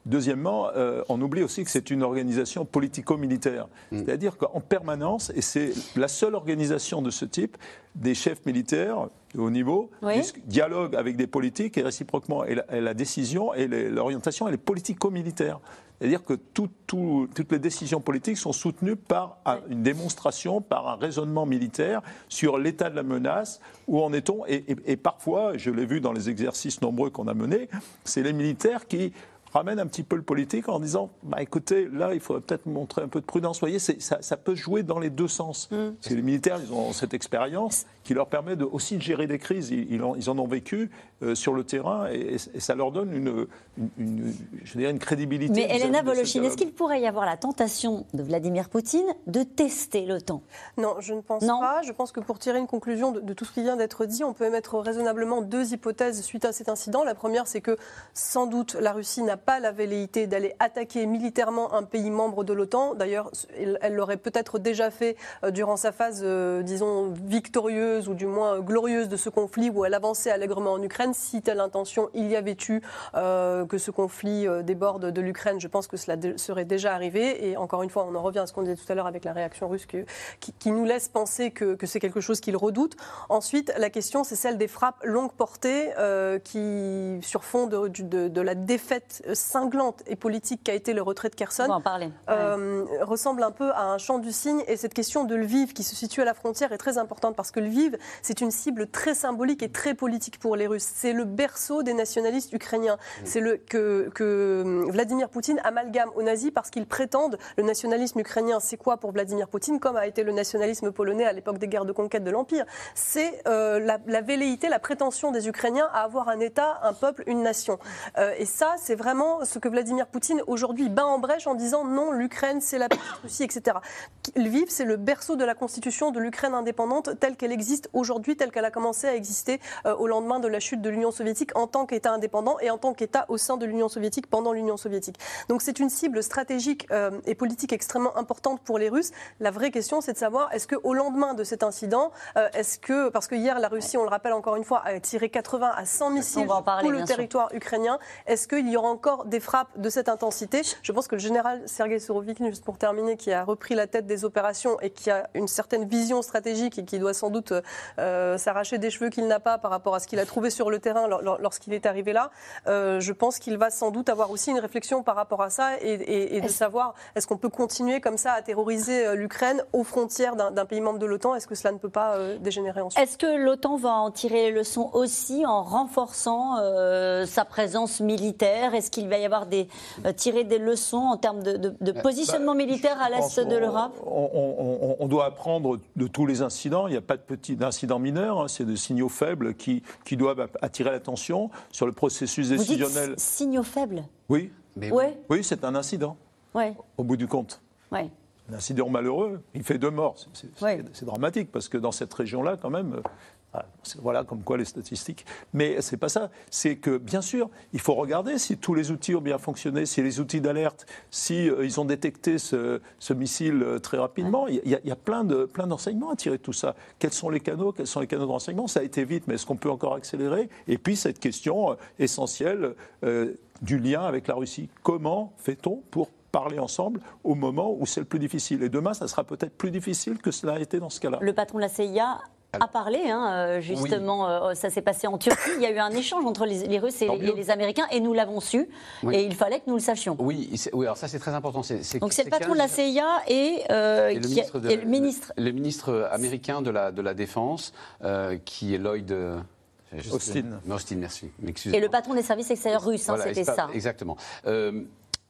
Deuxièmement, euh, on oublie aussi que c'est une organisation politico-militaire. Mmh. C'est-à-dire qu'en permanence, et c'est la seule organisation de ce type, des chefs militaires de haut niveau oui. dialoguent avec des politiques et réciproquement. Et la, et la décision et les, l'orientation, elle est politico-militaire. C'est-à-dire que tout, tout, toutes les décisions politiques sont soutenues par une démonstration, par un raisonnement militaire sur l'état de la menace, où en est-on. Et, et, et parfois, je l'ai vu dans les exercices nombreux qu'on a menés, c'est les militaires qui ramène un petit peu le politique en disant bah, écoutez, là, il faudrait peut-être montrer un peu de prudence. Vous voyez, c'est, ça, ça peut jouer dans les deux sens. Mmh. Parce que les militaires, ils ont cette expérience qui leur permet de, aussi de gérer des crises. Ils, ils, en, ils en ont vécu euh, sur le terrain et, et ça leur donne une, une, une, je dirais une crédibilité. Mais Elena Voloshin, est-ce qu'il pourrait y avoir la tentation de Vladimir Poutine de tester l'OTAN ? Non, je ne pense non. pas. Je pense que pour tirer une conclusion de, de tout ce qui vient d'être dit, on peut émettre raisonnablement deux hypothèses suite à cet incident. La première, c'est que sans doute la Russie n'a pas la velléité d'aller attaquer militairement un pays membre de l'OTAN. D'ailleurs, elle l'aurait peut-être déjà fait durant sa phase, euh, disons, victorieuse ou du moins glorieuse de ce conflit où elle avançait allègrement en Ukraine. Si telle intention il y avait eu, euh, que ce conflit euh, déborde de l'Ukraine, je pense que cela de, serait déjà arrivé. Et encore une fois, on en revient à ce qu'on disait tout à l'heure avec la réaction russe que, qui, qui nous laisse penser que, que c'est quelque chose qu'il redoute. Ensuite, la question, c'est celle des frappes longue portée euh, qui, sur fond de, de, de la défaite cinglante et politique qu'a été le retrait de Kherson, on va en parler. Euh, ouais. ressemble un peu à un champ du cygne. Et cette question de Lviv qui se situe à la frontière est très importante parce que Lviv, c'est une cible très symbolique et très politique pour les Russes. C'est le berceau des nationalistes ukrainiens. Mmh. C'est le que, que Vladimir Poutine amalgame aux nazis parce qu'ils prétendent le nationalisme ukrainien. C'est quoi pour Vladimir Poutine, comme a été le nationalisme polonais à l'époque des guerres de conquête de l'Empire? C'est euh, la, la velléité, la prétention des Ukrainiens à avoir un État, un peuple, une nation. Euh, et ça, c'est vraiment ce que Vladimir Poutine aujourd'hui bat en brèche en disant non, l'Ukraine c'est la petite Russie, et cetera. Lviv, c'est le berceau de la constitution de l'Ukraine indépendante telle qu'elle existe aujourd'hui, telle qu'elle a commencé à exister euh, au lendemain de la chute de l'Union soviétique en tant qu'État indépendant et en tant qu'État au sein de l'Union soviétique pendant l'Union soviétique. Donc c'est une cible stratégique euh, et politique extrêmement importante pour les Russes. La vraie question, c'est de savoir est-ce qu'au lendemain de cet incident, euh, est-ce que, parce que hier la Russie, on le rappelle encore une fois, a tiré quatre-vingts à cent missiles sur tout le territoire ukrainien, est-ce qu'il y aura encore des frappes de cette intensité? Je pense que le général Sergei Sourovikine, juste pour terminer, qui a repris la tête des opérations et qui a une certaine vision stratégique et qui doit sans doute euh, s'arracher des cheveux qu'il n'a pas par rapport à ce qu'il a trouvé sur le terrain lorsqu'il est arrivé là, euh, je pense qu'il va sans doute avoir aussi une réflexion par rapport à ça et, et, et de savoir est-ce qu'on peut continuer comme ça à terroriser l'Ukraine aux frontières d'un, d'un pays membre de l'OTAN? Est-ce que cela ne peut pas euh, dégénérer ensuite? Est-ce que l'OTAN va en tirer les leçons aussi en renforçant euh, sa présence militaire? Est-ce qu'il va y avoir des, euh, tirer des leçons en termes de, de, de positionnement bah, militaire à l'est de l'Europe? on, on, on doit apprendre de tous les incidents. Il n'y a pas de petits d'incidents mineurs. Hein, c'est des signaux faibles qui, qui doivent attirer l'attention sur le processus décisionnel. Vous dites signaux faibles? Oui. Mais ouais. Oui, c'est un incident. Ouais. Au bout du compte. Ouais. Un incident malheureux. Il fait deux morts. C'est, c'est, ouais. c'est dramatique parce que dans cette région-là, quand même. Voilà, comme quoi les statistiques. Mais c'est pas ça. C'est que, bien sûr, il faut regarder si tous les outils ont bien fonctionné, si les outils d'alerte, si euh, ils ont détecté ce, ce missile euh, très rapidement. Il y a, il y a plein, de, plein d'enseignements à tirer de tout ça. Quels sont les canaux? Quels sont les canaux de renseignement? Ça a été vite, mais est-ce qu'on peut encore accélérer? Et puis, cette question euh, essentielle euh, du lien avec la Russie. Comment fait-on pour parler ensemble au moment où c'est le plus difficile? Et demain, ça sera peut-être plus difficile que cela a été dans ce cas-là. Le patron de la C I A a parlé, hein, justement, oui. euh, ça s'est passé en Turquie. Il y a eu un échange entre les, les Russes et, et les Américains, et nous l'avons su, oui. et il fallait que nous le sachions. Oui, c'est, oui alors ça c'est très important. C'est, c'est, Donc c'est, c'est le patron quinze... de la C I A et, euh, et, le, qui ministre a, de, et le ministre. Le, le ministre américain de la, de la Défense, euh, qui est Lloyd... Euh, Austin. Austin, merci. Excusez-moi. Et le patron des services extérieurs russes, hein, voilà, c'était ça. Exactement. Euh,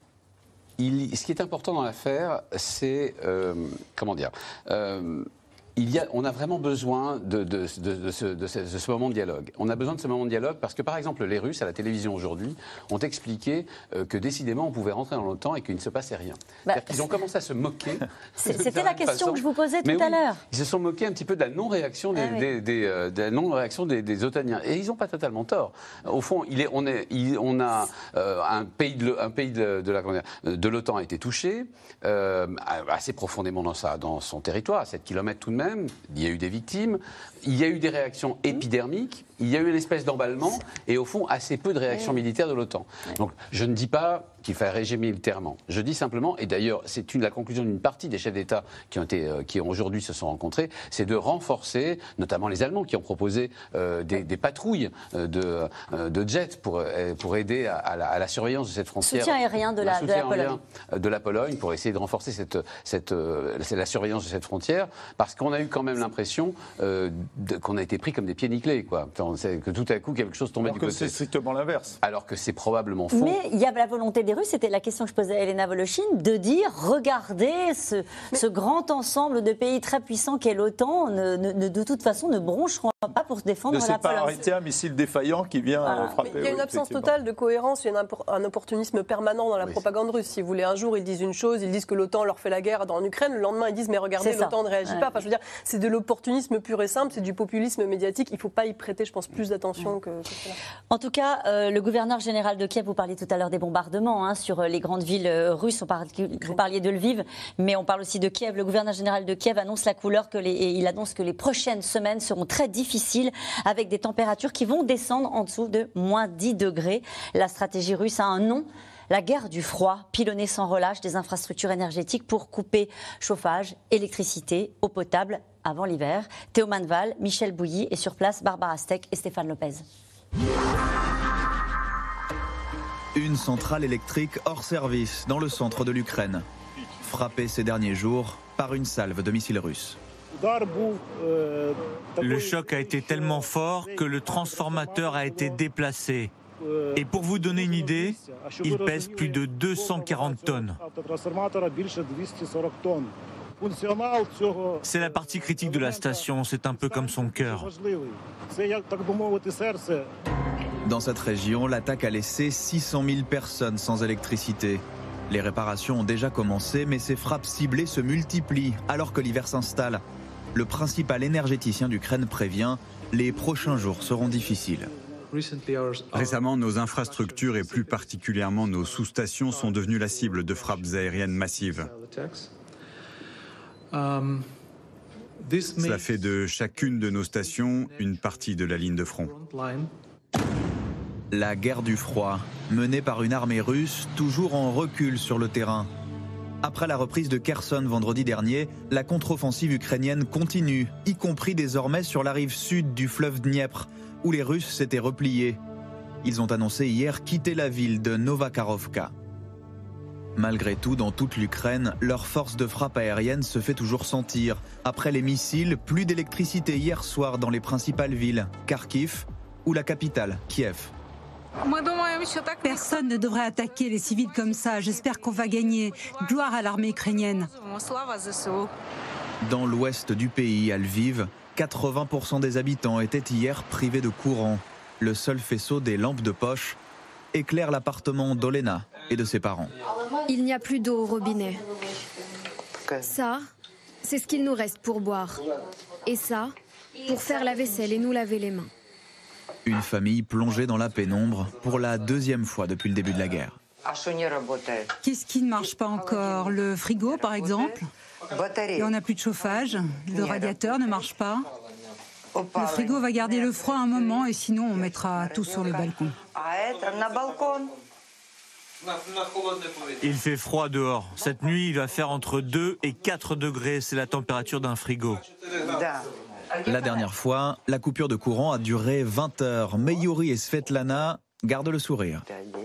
il, ce qui est important dans l'affaire, c'est... Euh, comment dire euh, Il y a, on a vraiment besoin de, de, de, de, ce, de, ce, de ce moment de dialogue. On a besoin de ce moment de dialogue parce que, par exemple, les Russes, à la télévision aujourd'hui, ont expliqué euh, que décidément, on pouvait rentrer dans l'OTAN et qu'il ne se passait rien. Bah, C'est-à-dire qu'ils ont commencé à se moquer. C'était la question façon. que je vous posais tout Mais à oui, l'heure. Ils se sont moqués un petit peu de la non-réaction des, ah, oui. des, des, euh, de la non-réaction des, des OTANiens. Et ils n'ont pas totalement tort. Au fond, il est, on, est, il, on a euh, un pays, de, un pays de, de, la, de l'OTAN a été touché euh, assez profondément dans, sa, dans son territoire, à sept kilomètres tout de même. Il y a eu des victimes, il y a eu des réactions épidermiques, il y a eu une espèce d'emballement et au fond assez peu de réactions militaires de l'OTAN. Donc je ne dis pas qu'il faille réagir militairement. Je dis simplement, et d'ailleurs c'est une la conclusion d'une partie des chefs d'État qui ont été, euh, qui ont aujourd'hui se sont rencontrés, c'est de renforcer, notamment les Allemands qui ont proposé euh, des, des patrouilles euh, de, euh, de jets pour, euh, pour aider à, à, la, à la surveillance de cette frontière. Soutien aérien de la, de la Pologne. De la Pologne pour essayer de renforcer cette, cette, euh, la surveillance de cette frontière, parce qu'on a eu quand même l'impression euh, qu'on a été pris comme des pieds nickelés, quoi. Enfin, que tout à coup quelque chose tombait Alors du que côté. c'est strictement l'inverse. Alors que c'est probablement faux. Mais il y a la volonté des Russes, c'était la question que je posais à Elena Voloshin, de dire, regardez ce, ce grand ensemble de pays très puissants qu'est l'OTAN, ne, ne, de toute façon ne broncheront pas pour se défendre ne la Pologne. Ne pas arrêter un missile défaillant qui vient voilà. frapper. Mais il y a une absence totale de cohérence, il y a un opportunisme permanent dans la oui, propagande russe. Si vous voulez, un jour ils disent une chose, ils disent que l'OTAN leur fait la guerre en Ukraine, le lendemain ils disent mais regardez, l'OTAN ne réagit ouais. pas. Enfin, je veux dire, c'est de l'opportunisme pur et simple, c'est du populisme médiatique. Il ne faut pas y prêter, je pense, plus d'attention que, que cela. En tout cas, euh, le gouverneur général de Kiev, vous parliez tout à l'heure des bombardements hein, sur les grandes villes russes. On parle, vous parliez de Lviv, mais on parle aussi de Kiev. Le gouverneur général de Kiev annonce la couleur que les, et il annonce que les prochaines semaines seront très difficiles avec des températures qui vont descendre en dessous de moins dix degrés. La stratégie russe a un nom. La guerre du froid, pilonner sans relâche des infrastructures énergétiques pour couper chauffage, électricité, eau potable avant l'hiver. Théo Manval, Michel Bouilly et sur place Barbara Steck et Stéphane Lopez. Une centrale électrique hors service dans le centre de l'Ukraine, frappée ces derniers jours par une salve de missiles russes. Le choc a été tellement fort que le transformateur a été déplacé. Et pour vous donner une idée, il pèse plus de deux cent quarante tonnes. C'est la partie critique de la station, c'est un peu comme son cœur. Dans cette région, l'attaque a laissé six cent mille personnes sans électricité. Les réparations ont déjà commencé, mais ces frappes ciblées se multiplient alors que l'hiver s'installe. Le principal énergéticien d'Ukraine prévient, les prochains jours seront difficiles. Récemment, nos infrastructures et plus particulièrement nos sous-stations sont devenues la cible de frappes aériennes massives. Cela fait de chacune de nos stations une partie de la ligne de front. La guerre du froid, menée par une armée russe toujours en recul sur le terrain. Après la reprise de Kherson vendredi dernier, la contre-offensive ukrainienne continue, y compris désormais sur la rive sud du fleuve Dniepr, où les Russes s'étaient repliés. Ils ont annoncé hier quitter la ville de Novakarovka. Malgré tout, dans toute l'Ukraine, leur force de frappe aérienne se fait toujours sentir. Après les missiles, plus d'électricité hier soir dans les principales villes, Kharkiv ou la capitale, Kiev. Personne ne devrait attaquer les civils comme ça. J'espère qu'on va gagner. Gloire à l'armée ukrainienne. Dans l'ouest du pays, à Lviv, quatre-vingts pour cent des habitants étaient hier privés de courant. Le seul faisceau des lampes de poche éclaire l'appartement d'Olena et de ses parents. Il n'y a plus d'eau au robinet. Ça, c'est ce qu'il nous reste pour boire. Et ça, pour faire la vaisselle et nous laver les mains. Une famille plongée dans la pénombre pour la deuxième fois depuis le début de la guerre. Qu'est-ce qui ne marche pas encore? Le frigo, par exemple. Et on n'a plus de chauffage. Le radiateur ne marche pas. Le frigo va garder le froid un moment et sinon on mettra tout sur le balcon. Il fait froid dehors. Cette nuit, il va faire entre deux et quatre degrés. C'est la température d'un frigo. La dernière fois, la coupure de courant a duré vingt heures. Mais Yuri et Svetlana gardent le sourire.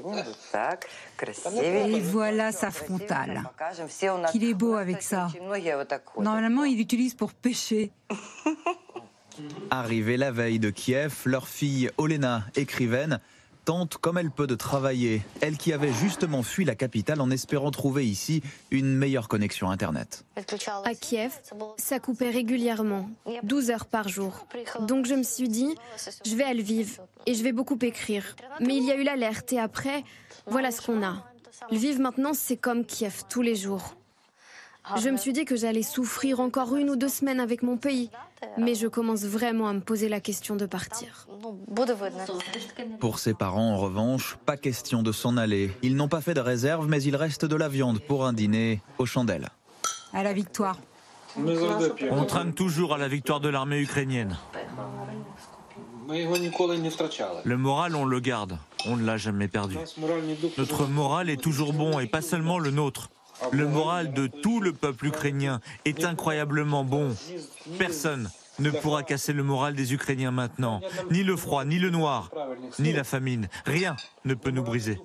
Et voilà sa frontale. Qu'il est beau avec ça. Normalement, il l'utilise pour pêcher. Arrivée la veille de Kiev, leur fille Olena, écrivaine, tente comme elle peut de travailler. Elle qui avait justement fui la capitale en espérant trouver ici une meilleure connexion Internet. À Kiev, ça coupait régulièrement, douze heures par jour. Donc je me suis dit, je vais à Lviv et je vais beaucoup écrire. Mais il y a eu l'alerte et après, voilà ce qu'on a. Lviv maintenant, c'est comme Kiev tous les jours. Je me suis dit que j'allais souffrir encore une ou deux semaines avec mon pays. Mais je commence vraiment à me poser la question de partir. Pour ses parents, en revanche, pas question de s'en aller. Ils n'ont pas fait de réserve, mais il reste de la viande pour un dîner aux chandelles. À la victoire. On traîne toujours à la victoire de l'armée ukrainienne. Le moral, on le garde. on ne l'a jamais perdu. Notre moral est toujours bon et pas seulement le nôtre. Le moral de tout le peuple ukrainien est incroyablement bon. Personne ne pourra casser le moral des Ukrainiens maintenant. Ni le froid, ni le noir, ni la famine. Rien ne peut nous briser.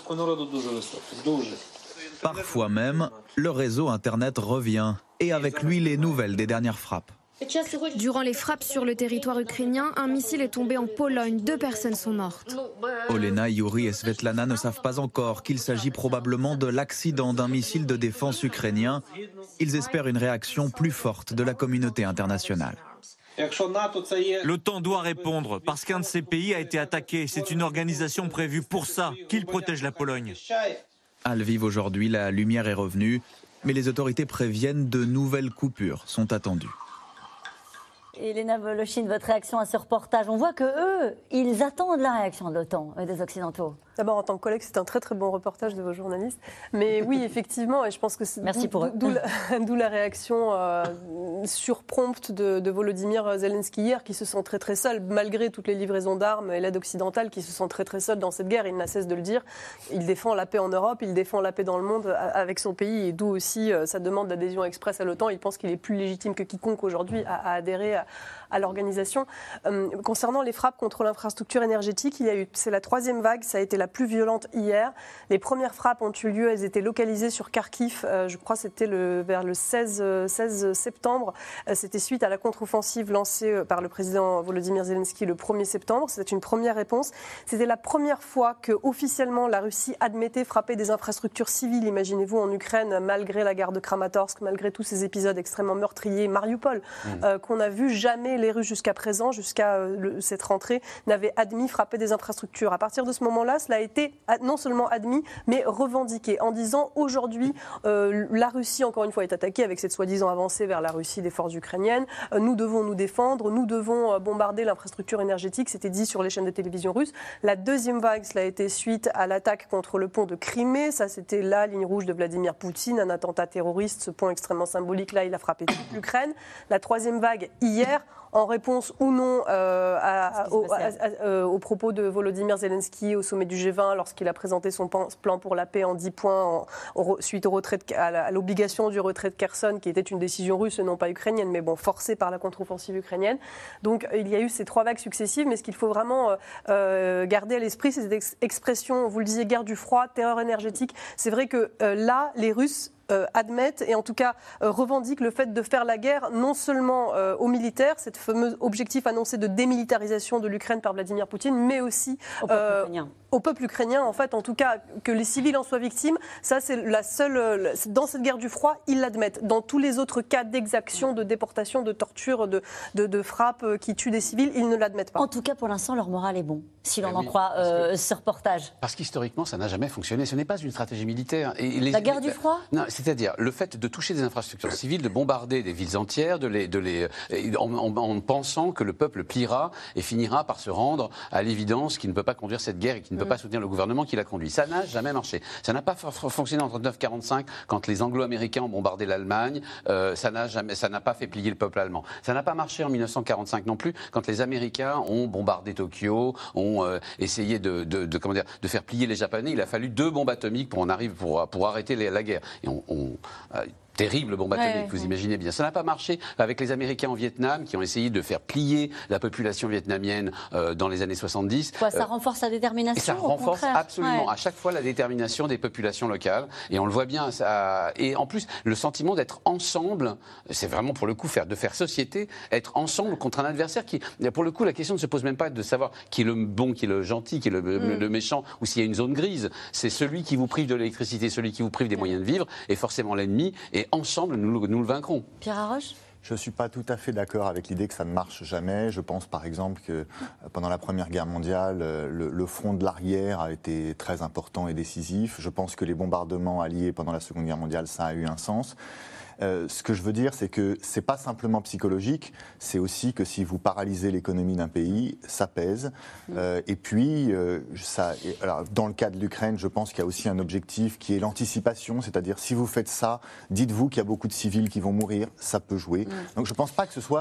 Parfois même, le réseau Internet revient, et avec lui les nouvelles des dernières frappes. Durant les frappes sur le territoire ukrainien, un missile est tombé en Pologne. Deux personnes sont mortes. Olena, Yuri et Svetlana ne savent pas encore qu'il s'agit probablement de l'accident d'un missile de défense ukrainien. Ils espèrent une réaction plus forte de la communauté internationale. L'OTAN doit répondre parce qu'un de ces pays a été attaqué. C'est une organisation prévue pour ça, qu'il protège la Pologne. À Lviv aujourd'hui, la lumière est revenue, mais les autorités préviennent de nouvelles coupures sont attendues. Elena Voloshin, votre réaction à ce reportage, on voit que eux, ils attendent la réaction de l'OTAN, des Occidentaux. D'abord, en tant que collègue, c'est un très très bon reportage de vos journalistes. Mais oui, effectivement, et je pense que c'est Merci pour eux. D'où la, d'où la réaction euh, surprompte de, de Volodymyr Zelensky hier, qui se sent très très seul, malgré toutes les livraisons d'armes et l'aide occidentale, qui se sent très très seul dans cette guerre. Il n'a cesse de le dire. Il défend la paix en Europe, il défend la paix dans le monde avec son pays, et d'où aussi euh, sa demande d'adhésion express à l'OTAN. Il pense qu'il est plus légitime que quiconque aujourd'hui à, à adhérer à, à l'organisation. Euh, concernant les frappes contre l'infrastructure énergétique, il y a eu, c'est la troisième vague, ça a été la plus violente hier. Les premières frappes ont eu lieu, elles étaient localisées sur Kharkiv, euh, je crois que c'était le, vers le seize septembre. Euh, c'était suite à la contre-offensive lancée par le président Volodymyr Zelensky le premier septembre. C'était une première réponse. C'était la première fois que officiellement la Russie admettait frapper des infrastructures civiles, imaginez-vous, en Ukraine, malgré la gare de Kramatorsk, malgré tous ces épisodes extrêmement meurtriers, Mariupol, mmh. euh, qu'on a vu. Jamais les Russes jusqu'à présent, jusqu'à euh, cette rentrée, n'avaient admis frapper des infrastructures. À partir de ce moment-là, cela a été non seulement admis, mais revendiqué, en disant aujourd'hui, euh, la Russie, encore une fois, est attaquée avec cette soi-disant avancée vers la Russie des forces ukrainiennes. Euh, nous devons nous défendre, nous devons euh, bombarder l'infrastructure énergétique, c'était dit sur les chaînes de télévision russes. La deuxième vague, cela a été suite à l'attaque contre le pont de Crimée. Ça, c'était la ligne rouge de Vladimir Poutine, un attentat terroriste, ce pont extrêmement symbolique. Là, il a frappé toute l'Ukraine. La troisième vague, hier, en réponse ou non euh, à, à, au, à, à, aux propos de Volodymyr Zelensky au sommet du G vingt, lorsqu'il a présenté son plan pour la paix en dix points en, au, suite au retrait de, à l'obligation du retrait de Kherson, qui était une décision russe et non pas ukrainienne, mais bon, forcée par la contre-offensive ukrainienne. Donc il y a eu ces trois vagues successives, mais ce qu'il faut vraiment euh, garder à l'esprit, c'est cette ex expression, vous le disiez, guerre du froid, terreur énergétique. C'est vrai que euh, là, les Russes Euh, admettent et en tout cas euh, revendiquent le fait de faire la guerre non seulement euh, aux militaires, cet fameux objectif annoncé de démilitarisation de l'Ukraine par Vladimir Poutine, mais aussi au peuple euh, ukrainien. Au peuple ukrainien, en fait, en tout cas, que les civils en soient victimes, ça c'est la seule. Euh, dans cette guerre du froid, ils l'admettent. Dans tous les autres cas d'exaction, de déportation, de torture, de, de, de frappe qui tuent des civils, ils ne l'admettent pas. En tout cas, pour l'instant, leur moral est bon, si l'on en oui, croit euh, que, ce reportage. Parce qu'historiquement, ça n'a jamais fonctionné. Ce n'est pas une stratégie militaire. Et les, la guerre du froid non, c'est-à-dire le fait de toucher des infrastructures civiles, de bombarder des villes entières, de les, de les, en, en, en pensant que le peuple pliera et finira par se rendre à l'évidence qu'il ne peut pas conduire cette guerre et qu'il ne peut mmh. pas soutenir le gouvernement qui l'a conduit. Ça n'a jamais marché. Ça n'a pas fonctionné en trente-neuf quarante-cinq quand les Anglo-Américains ont bombardé l'Allemagne. Euh, ça n'a jamais, ça n'a pas fait plier le peuple allemand. Ça n'a pas marché en mille neuf cent quarante-cinq non plus quand les Américains ont bombardé Tokyo, ont euh, essayé de, de, de, comment dire, de faire plier les Japonais. Il a fallu deux bombes atomiques pour en arriver, pour, pour arrêter les, la guerre. Et on, on euh, terrible bombe atomique, ouais, vous ouais. imaginez bien. Ça n'a pas marché avec les Américains en Vietnam qui ont essayé de faire plier la population vietnamienne euh, dans les années soixante-dix. Quoi, ça euh, renforce la détermination. Et ça au renforce contraire. absolument ouais. à chaque fois la détermination des populations locales. Et on le voit bien. Ça, et en plus, le sentiment d'être ensemble, c'est vraiment pour le coup faire, de faire société, être ensemble contre un adversaire qui, pour le coup, la question ne se pose même pas de savoir qui est le bon, qui est le gentil, qui est le, mm. le méchant, ou s'il y a une zone grise. C'est celui qui vous prive de l'électricité, celui qui vous prive des mm. moyens de vivre, est forcément l'ennemi. Et ensemble, nous nous le vaincrons. Pierre Haroche ? Je ne suis pas tout à fait d'accord avec l'idée que ça ne marche jamais. Je pense par exemple que pendant la Première Guerre mondiale, le, le front de l'arrière a été très important et décisif. Je pense que les bombardements alliés pendant la Seconde Guerre mondiale, ça a eu un sens. Euh, ce que je veux dire, c'est que c'est pas simplement psychologique, c'est aussi que si vous paralysez l'économie d'un pays, ça pèse. Euh, et puis, euh, ça, alors, dans le cas de l'Ukraine, je pense qu'il y a aussi un objectif qui est l'anticipation, c'est-à-dire si vous faites ça, dites-vous qu'il y a beaucoup de civils qui vont mourir, ça peut jouer. Donc je pense pas que ce soit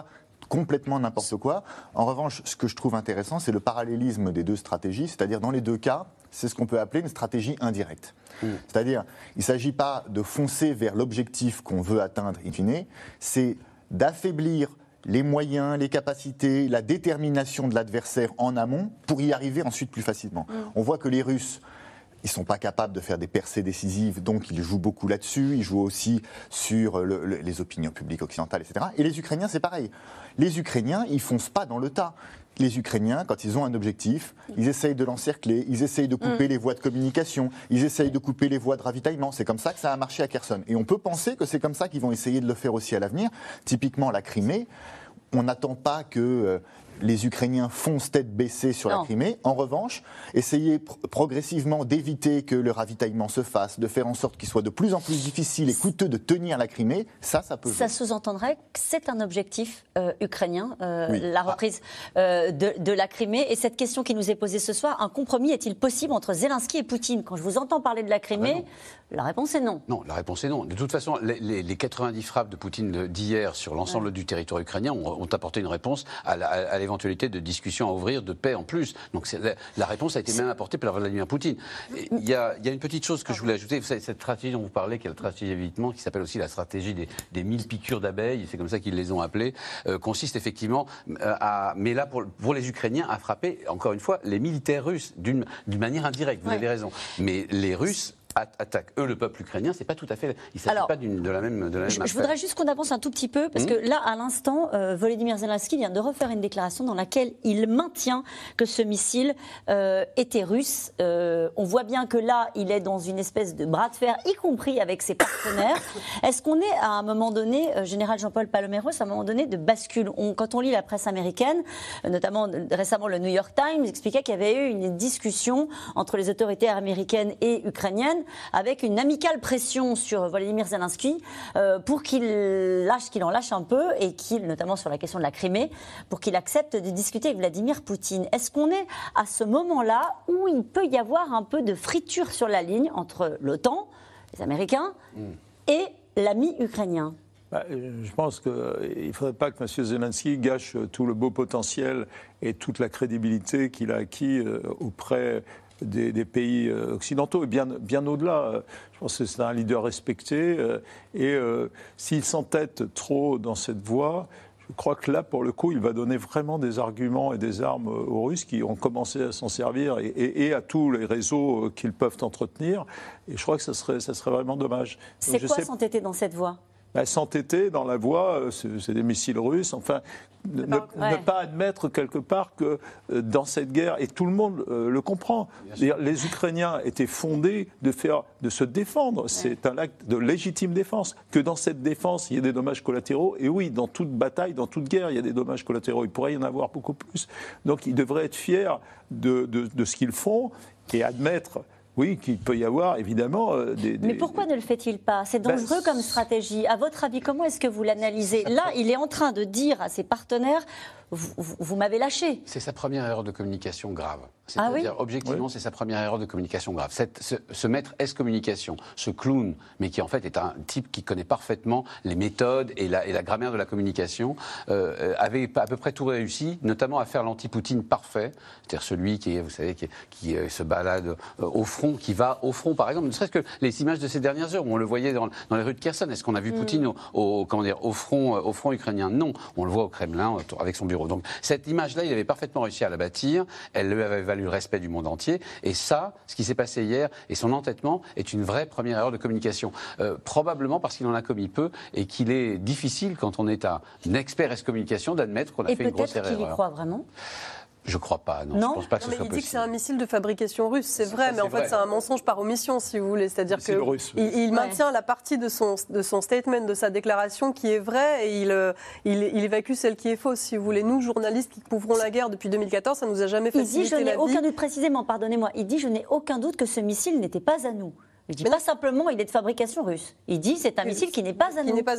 complètement n'importe quoi. En revanche, ce que je trouve intéressant, c'est le parallélisme des deux stratégies, c'est-à-dire dans les deux cas, c'est ce qu'on peut appeler une stratégie indirecte. Mmh. C'est-à-dire, il ne s'agit pas de foncer vers l'objectif qu'on veut atteindre in fine, c'est d'affaiblir les moyens, les capacités, la détermination de l'adversaire en amont pour y arriver ensuite plus facilement. Mmh. On voit que les Russes, ils ne sont pas capables de faire des percées décisives, donc ils jouent beaucoup là-dessus, ils jouent aussi sur le, le, les opinions publiques occidentales, et cetera. Et les Ukrainiens, c'est pareil. Les Ukrainiens, ils ne foncent pas dans le tas. Les Ukrainiens, quand ils ont un objectif, ils essayent de l'encercler, ils essayent de couper mmh. les voies de communication, ils essayent de couper les voies de ravitaillement. C'est comme ça que ça a marché à Kherson. Et on peut penser que c'est comme ça qu'ils vont essayer de le faire aussi à l'avenir. Typiquement, la Crimée, on n'attend pas que euh, les Ukrainiens foncent tête baissée sur non. la Crimée. En revanche, essayer pr- progressivement d'éviter que le ravitaillement se fasse, de faire en sorte qu'il soit de plus en plus difficile et coûteux de tenir la Crimée, ça, ça peut... Ça jouer. Sous-entendrait que c'est un objectif euh, ukrainien, euh, oui. la reprise euh, de, de la Crimée. Et cette question qui nous est posée ce soir, un compromis est-il possible entre Zelensky et Poutine? Quand je vous entends parler de la Crimée, ah ben la réponse est non. Non, la réponse est non. De toute façon, les, les, les quatre-vingt-dix frappes de Poutine d'hier sur l'ensemble ouais. du territoire ukrainien ont, ont apporté une réponse à, la, à l'éventualité de discussions à ouvrir, de paix en plus. Donc c'est, la, la réponse a été même apportée par Vladimir Poutine. Il y, y a une petite chose que je voulais ajouter. Vous savez, cette stratégie dont vous parlez, qui est la stratégie d'évitement, qui s'appelle aussi la stratégie des, des mille piqûres d'abeilles, c'est comme ça qu'ils les ont appelées, euh, consiste effectivement euh, à, mais là pour, pour les Ukrainiens, à frapper, encore une fois, les militaires russes d'une, d'une manière indirecte. Vous ouais. avez raison. Mais les Russes attaquent, eux, le peuple ukrainien, c'est pas tout à fait... Il ne s'agit pas d'une, de la même, de la même je, je voudrais juste qu'on avance un tout petit peu, parce mmh. que là, à l'instant, euh, Volodymyr Zelensky vient de refaire une déclaration dans laquelle il maintient que ce missile euh, était russe. Euh, on voit bien que là, il est dans une espèce de bras de fer, y compris avec ses partenaires. Est-ce qu'on est, à un moment donné, euh, général Jean-Paul Paloméros, à un moment donné, de bascule? on, Quand on lit la presse américaine, euh, notamment euh, récemment le New York Times, expliquait qu'il y avait eu une discussion entre les autorités américaines et ukrainiennes, avec une amicale pression sur Volodymyr Zelensky euh, pour qu'il lâche, qu'il en lâche un peu et qu'il, notamment sur la question de la Crimée, pour qu'il accepte de discuter avec Vladimir Poutine. Est-ce qu'on est à ce moment-là où il peut y avoir un peu de friture sur la ligne entre l'OTAN, les Américains, mmh. et l'ami ukrainien? Bah, je pense qu'il ne faudrait pas que M. Zelensky gâche tout le beau potentiel et toute la crédibilité qu'il a acquis euh, auprès Des, des pays occidentaux et bien, bien au-delà. Je pense que c'est un leader respecté et euh, s'il s'entête trop dans cette voie, je crois que là, pour le coup, il va donner vraiment des arguments et des armes aux Russes qui ont commencé à s'en servir et, et, et à tous les réseaux qu'ils peuvent entretenir. Et je crois que ça serait, ça serait vraiment dommage. C'est quoi sais... s'entêter dans cette voie? Ben, s'entêter dans la voie, c'est, c'est des missiles russes, enfin, ne, ouais. ne pas admettre quelque part que euh, dans cette guerre, et tout le monde euh, le comprend, les Ukrainiens étaient fondés de, faire, de se défendre, ouais. c'est un acte de légitime défense, que dans cette défense, il y ait des dommages collatéraux, et oui, dans toute bataille, dans toute guerre, il y a des dommages collatéraux, il pourrait y en avoir beaucoup plus. Donc ils devraient être fiers de, de, de ce qu'ils font et admettre... Oui, qu'il peut y avoir, évidemment, euh, des, des... Mais pourquoi ne le fait-il pas? C'est dangereux ben, comme stratégie. À votre avis, comment est-ce que vous l'analysez? Là, il est en train de dire à ses partenaires, vous, vous, vous m'avez lâché. C'est sa première erreur de communication grave. C'est-à-dire, ah oui objectivement, oui. c'est sa première erreur de communication grave. Cette, ce, ce maître S-communication, ce clown, mais qui en fait est un type qui connaît parfaitement les méthodes et la, et la grammaire de la communication, euh, avait à peu près tout réussi, notamment à faire l'anti-Poutine parfait, c'est-à-dire celui qui, vous savez, qui, qui euh, se balade euh, au front, qui va au front, par exemple, ne serait-ce que les images de ces dernières heures où on le voyait dans, dans les rues de Kherson. Est-ce qu'on a vu mm. Poutine au, au, comment dire, au, front, au front ukrainien? Non, on le voit au Kremlin avec son bureau. Donc cette image-là, il avait parfaitement réussi à la bâtir, elle lui avait valu le respect du monde entier, et ça, ce qui s'est passé hier, et son entêtement, est une vraie première erreur de communication. Euh, probablement parce qu'il en a commis peu, et qu'il est difficile, quand on est un expert S-communication, d'admettre qu'on a et fait une grosse erreur. Et peut-être qu'il y croit vraiment? Je ne crois pas, non. non. Je pense pas que non, ce soit il dit possible. que c'est un missile de fabrication russe, c'est vrai, ça, mais c'est en fait vrai. c'est un mensonge par omission, si vous voulez. C'est-à-dire qu'il il, il ouais. maintient la partie de son, de son statement, de sa déclaration qui est vraie, et il, il, il évacue celle qui est fausse, si vous voulez. Nous, journalistes qui couvrons la guerre depuis deux mille quatorze, ça ne nous a jamais facilité la vie. Il dit, je n'ai aucun doute, précisément, pardonnez-moi, il dit, je n'ai aucun doute que ce missile n'était pas à nous. Il ne dit mais pas non. simplement il est de fabrication russe. Il dit c'est un missile qui n'est pas à qui nous. Qui n'est pas à nous.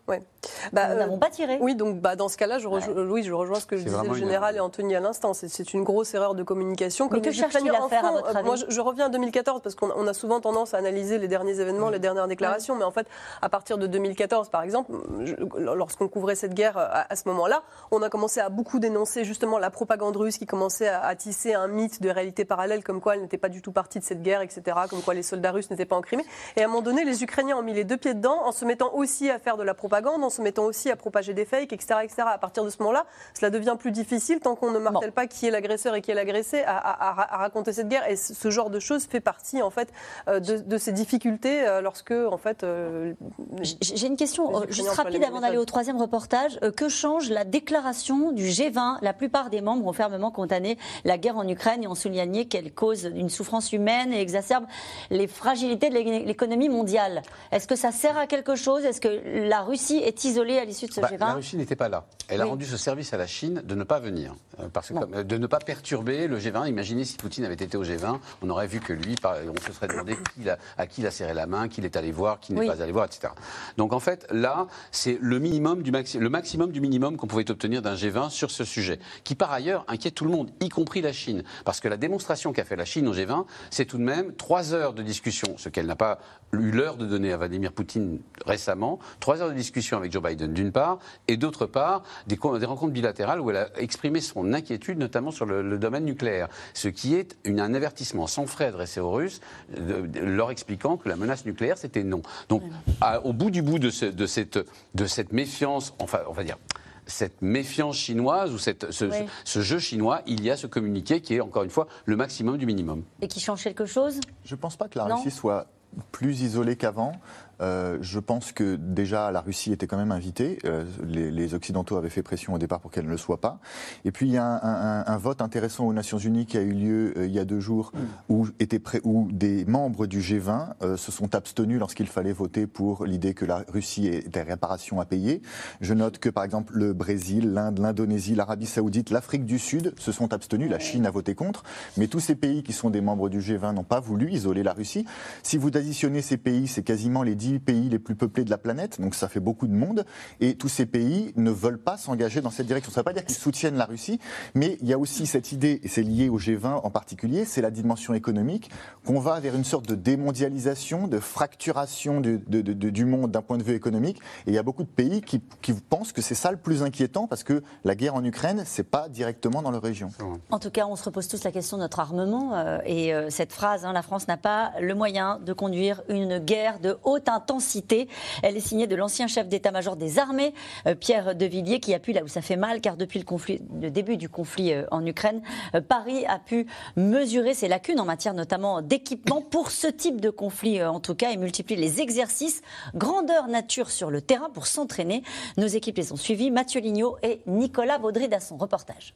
Ouais. Bah, Nous n'avons euh, pas tiré. Oui, donc bah, dans ce cas-là, je, rejo ouais. oui, je rejoins ce que je disais le général et Anthony à l'instant. C'est une grosse erreur de communication. Mais que cherche-t-il à faire, à votre avis ? Moi, je, je reviens à deux mille quatorze, parce qu'on on a souvent tendance à analyser les derniers événements, mmh. les dernières déclarations. Mmh. Mais en fait, à partir de deux mille quatorze, par exemple, lorsqu'on couvrait cette guerre à, à ce moment-là, on a commencé à beaucoup dénoncer justement la propagande russe qui commençait à, à tisser un mythe de réalité parallèle, comme quoi elle n'était pas du tout partie de cette guerre, et cetera, comme quoi les soldats russes n'étaient pas en Crimée. Et à un moment donné, les Ukrainiens ont mis les deux pieds dedans, en se mettant aussi à faire de la propagande, en se mettant aussi à propager des fakes, et cetera, et cetera. À partir de ce moment-là, cela devient plus difficile, tant qu'on ne martèle bon. pas qui est l'agresseur et qui est l'agressé, à, à, à raconter cette guerre. Et ce genre de choses fait partie, en fait, de, de ces difficultés lorsque, en fait... Euh, J'ai une question juste rapide avant d'aller au troisième reportage. Que change la déclaration du G vingt ? La plupart des membres ont fermement condamné la guerre en Ukraine et ont souligné qu'elle cause une souffrance humaine et exacerbe les fragilités de l'économie mondiale. Est-ce que ça sert à quelque chose ? Est-ce que la Russie est isolée à l'issue de ce bah, G vingt ? La Russie n'était pas là. Elle oui. a rendu ce service à la Chine de ne pas venir, parce que, bon. comme, de ne pas perturber le G vingt. Imaginez si Poutine avait été au G vingt, on aurait vu que lui, on se serait demandé qui a, à qui il a serré la main, qui il est allé voir, qui n'est oui. pas allé voir, et cetera. Donc en fait, là, c'est le minimum du maxi, le maximum du minimum qu'on pouvait obtenir d'un G vingt sur ce sujet, qui par ailleurs inquiète tout le monde, y compris la Chine, parce que la démonstration qu'a fait la Chine au G vingt, c'est tout de même trois heures de discussion, ce qu'elle n'a pas eu l'heure de donner à Vladimir Poutine récemment, trois heures de discussion avec Joe Biden d'une part, et d'autre part, des, des rencontres bilatérales où elle a exprimé son inquiétude, notamment sur le, le domaine nucléaire, ce qui est une, un avertissement sans frais adressé aux Russes, de, de, leur expliquant que la menace nucléaire, c'était non. Donc, à, au bout du bout de, ce, de, cette, de cette méfiance, enfin, on va dire... cette méfiance chinoise ou cette, ce, oui. ce, ce jeu chinois, il y a ce communiqué qui est, encore une fois, le maximum du minimum. Et qui change quelque chose ? Je ne pense pas que la non. Russie soit plus isolée qu'avant. Euh, je pense que déjà la Russie était quand même invitée. Euh, les, les Occidentaux avaient fait pression au départ pour qu'elle ne le soit pas. Et puis il y a un, un, un vote intéressant aux Nations Unies qui a eu lieu euh, il y a deux jours mmh. où, était prêt, où des membres du G vingt euh, se sont abstenus lorsqu'il fallait voter pour l'idée que la Russie ait des réparations à payer. Je note que par exemple le Brésil, l'Inde, l'Indonésie, l'Arabie Saoudite, l'Afrique du Sud se sont abstenus. La Chine a voté contre. Mais tous ces pays qui sont des membres du G vingt n'ont pas voulu isoler la Russie. Si vous additionnez ces pays, c'est quasiment les dix pays les plus peuplés de la planète, donc ça fait beaucoup de monde, et tous ces pays ne veulent pas s'engager dans cette direction. Ça ne veut pas dire qu'ils soutiennent la Russie, mais il y a aussi cette idée, et c'est lié au G vingt en particulier, c'est la dimension économique, qu'on va vers une sorte de démondialisation, de fracturation du, de, de, de, du monde d'un point de vue économique, et il y a beaucoup de pays qui, qui pensent que c'est ça le plus inquiétant, parce que la guerre en Ukraine, c'est pas directement dans leur région. En tout cas, on se repose tous la question de notre armement, euh, et euh, cette phrase, hein, la France n'a pas le moyen de conduire une guerre de haute intensité. Elle est signée de l'ancien chef d'état-major des armées, euh, Pierre de Villiers, qui appuie là où ça fait mal, car depuis le, conflit, le début du conflit euh, en Ukraine, euh, Paris a pu mesurer ses lacunes en matière notamment d'équipement pour ce type de conflit, euh, en tout cas, et multiplie les exercices grandeur nature sur le terrain pour s'entraîner. Nos équipes les ont suivis, Mathieu Lignot et Nicolas Baudry dans son reportage.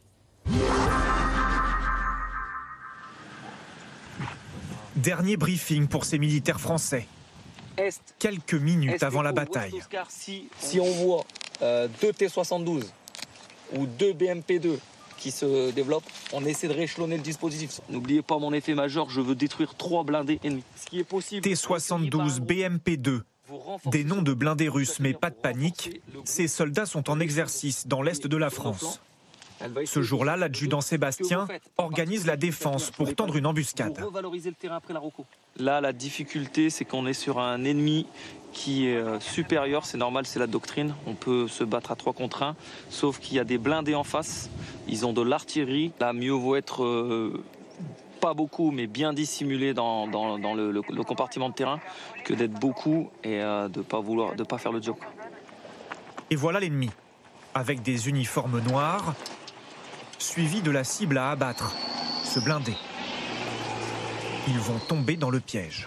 Dernier briefing pour ces militaires français. Est, quelques minutes avant la bataille. Oscar, si, si on voit euh, deux T soixante-douze ou deux B M P deux qui se développent, on essaie de rééchelonner le dispositif. N'oubliez pas mon effet majeur, je veux détruire trois blindés ennemis. Ce qui est possible. T soixante-douze, B M P deux, des noms de blindés russes, mais pas de panique. Ces soldats sont en exercice dans l'est de la France. Ce jour-là, l'adjudant Sébastien organise la défense pour tendre une embuscade. Là, la difficulté, c'est qu'on est sur un ennemi qui est supérieur. C'est normal, c'est la doctrine. On peut se battre à trois contre un, sauf qu'il y a des blindés en face. Ils ont de l'artillerie. Là, mieux vaut être euh, pas beaucoup, mais bien dissimulé dans, dans, dans le, le, le compartiment de terrain, que d'être beaucoup et euh, de pas vouloir, de pas faire le job. Et voilà l'ennemi, avec des uniformes noirs, suivi de la cible à abattre, ce blindé. Ils vont tomber dans le piège.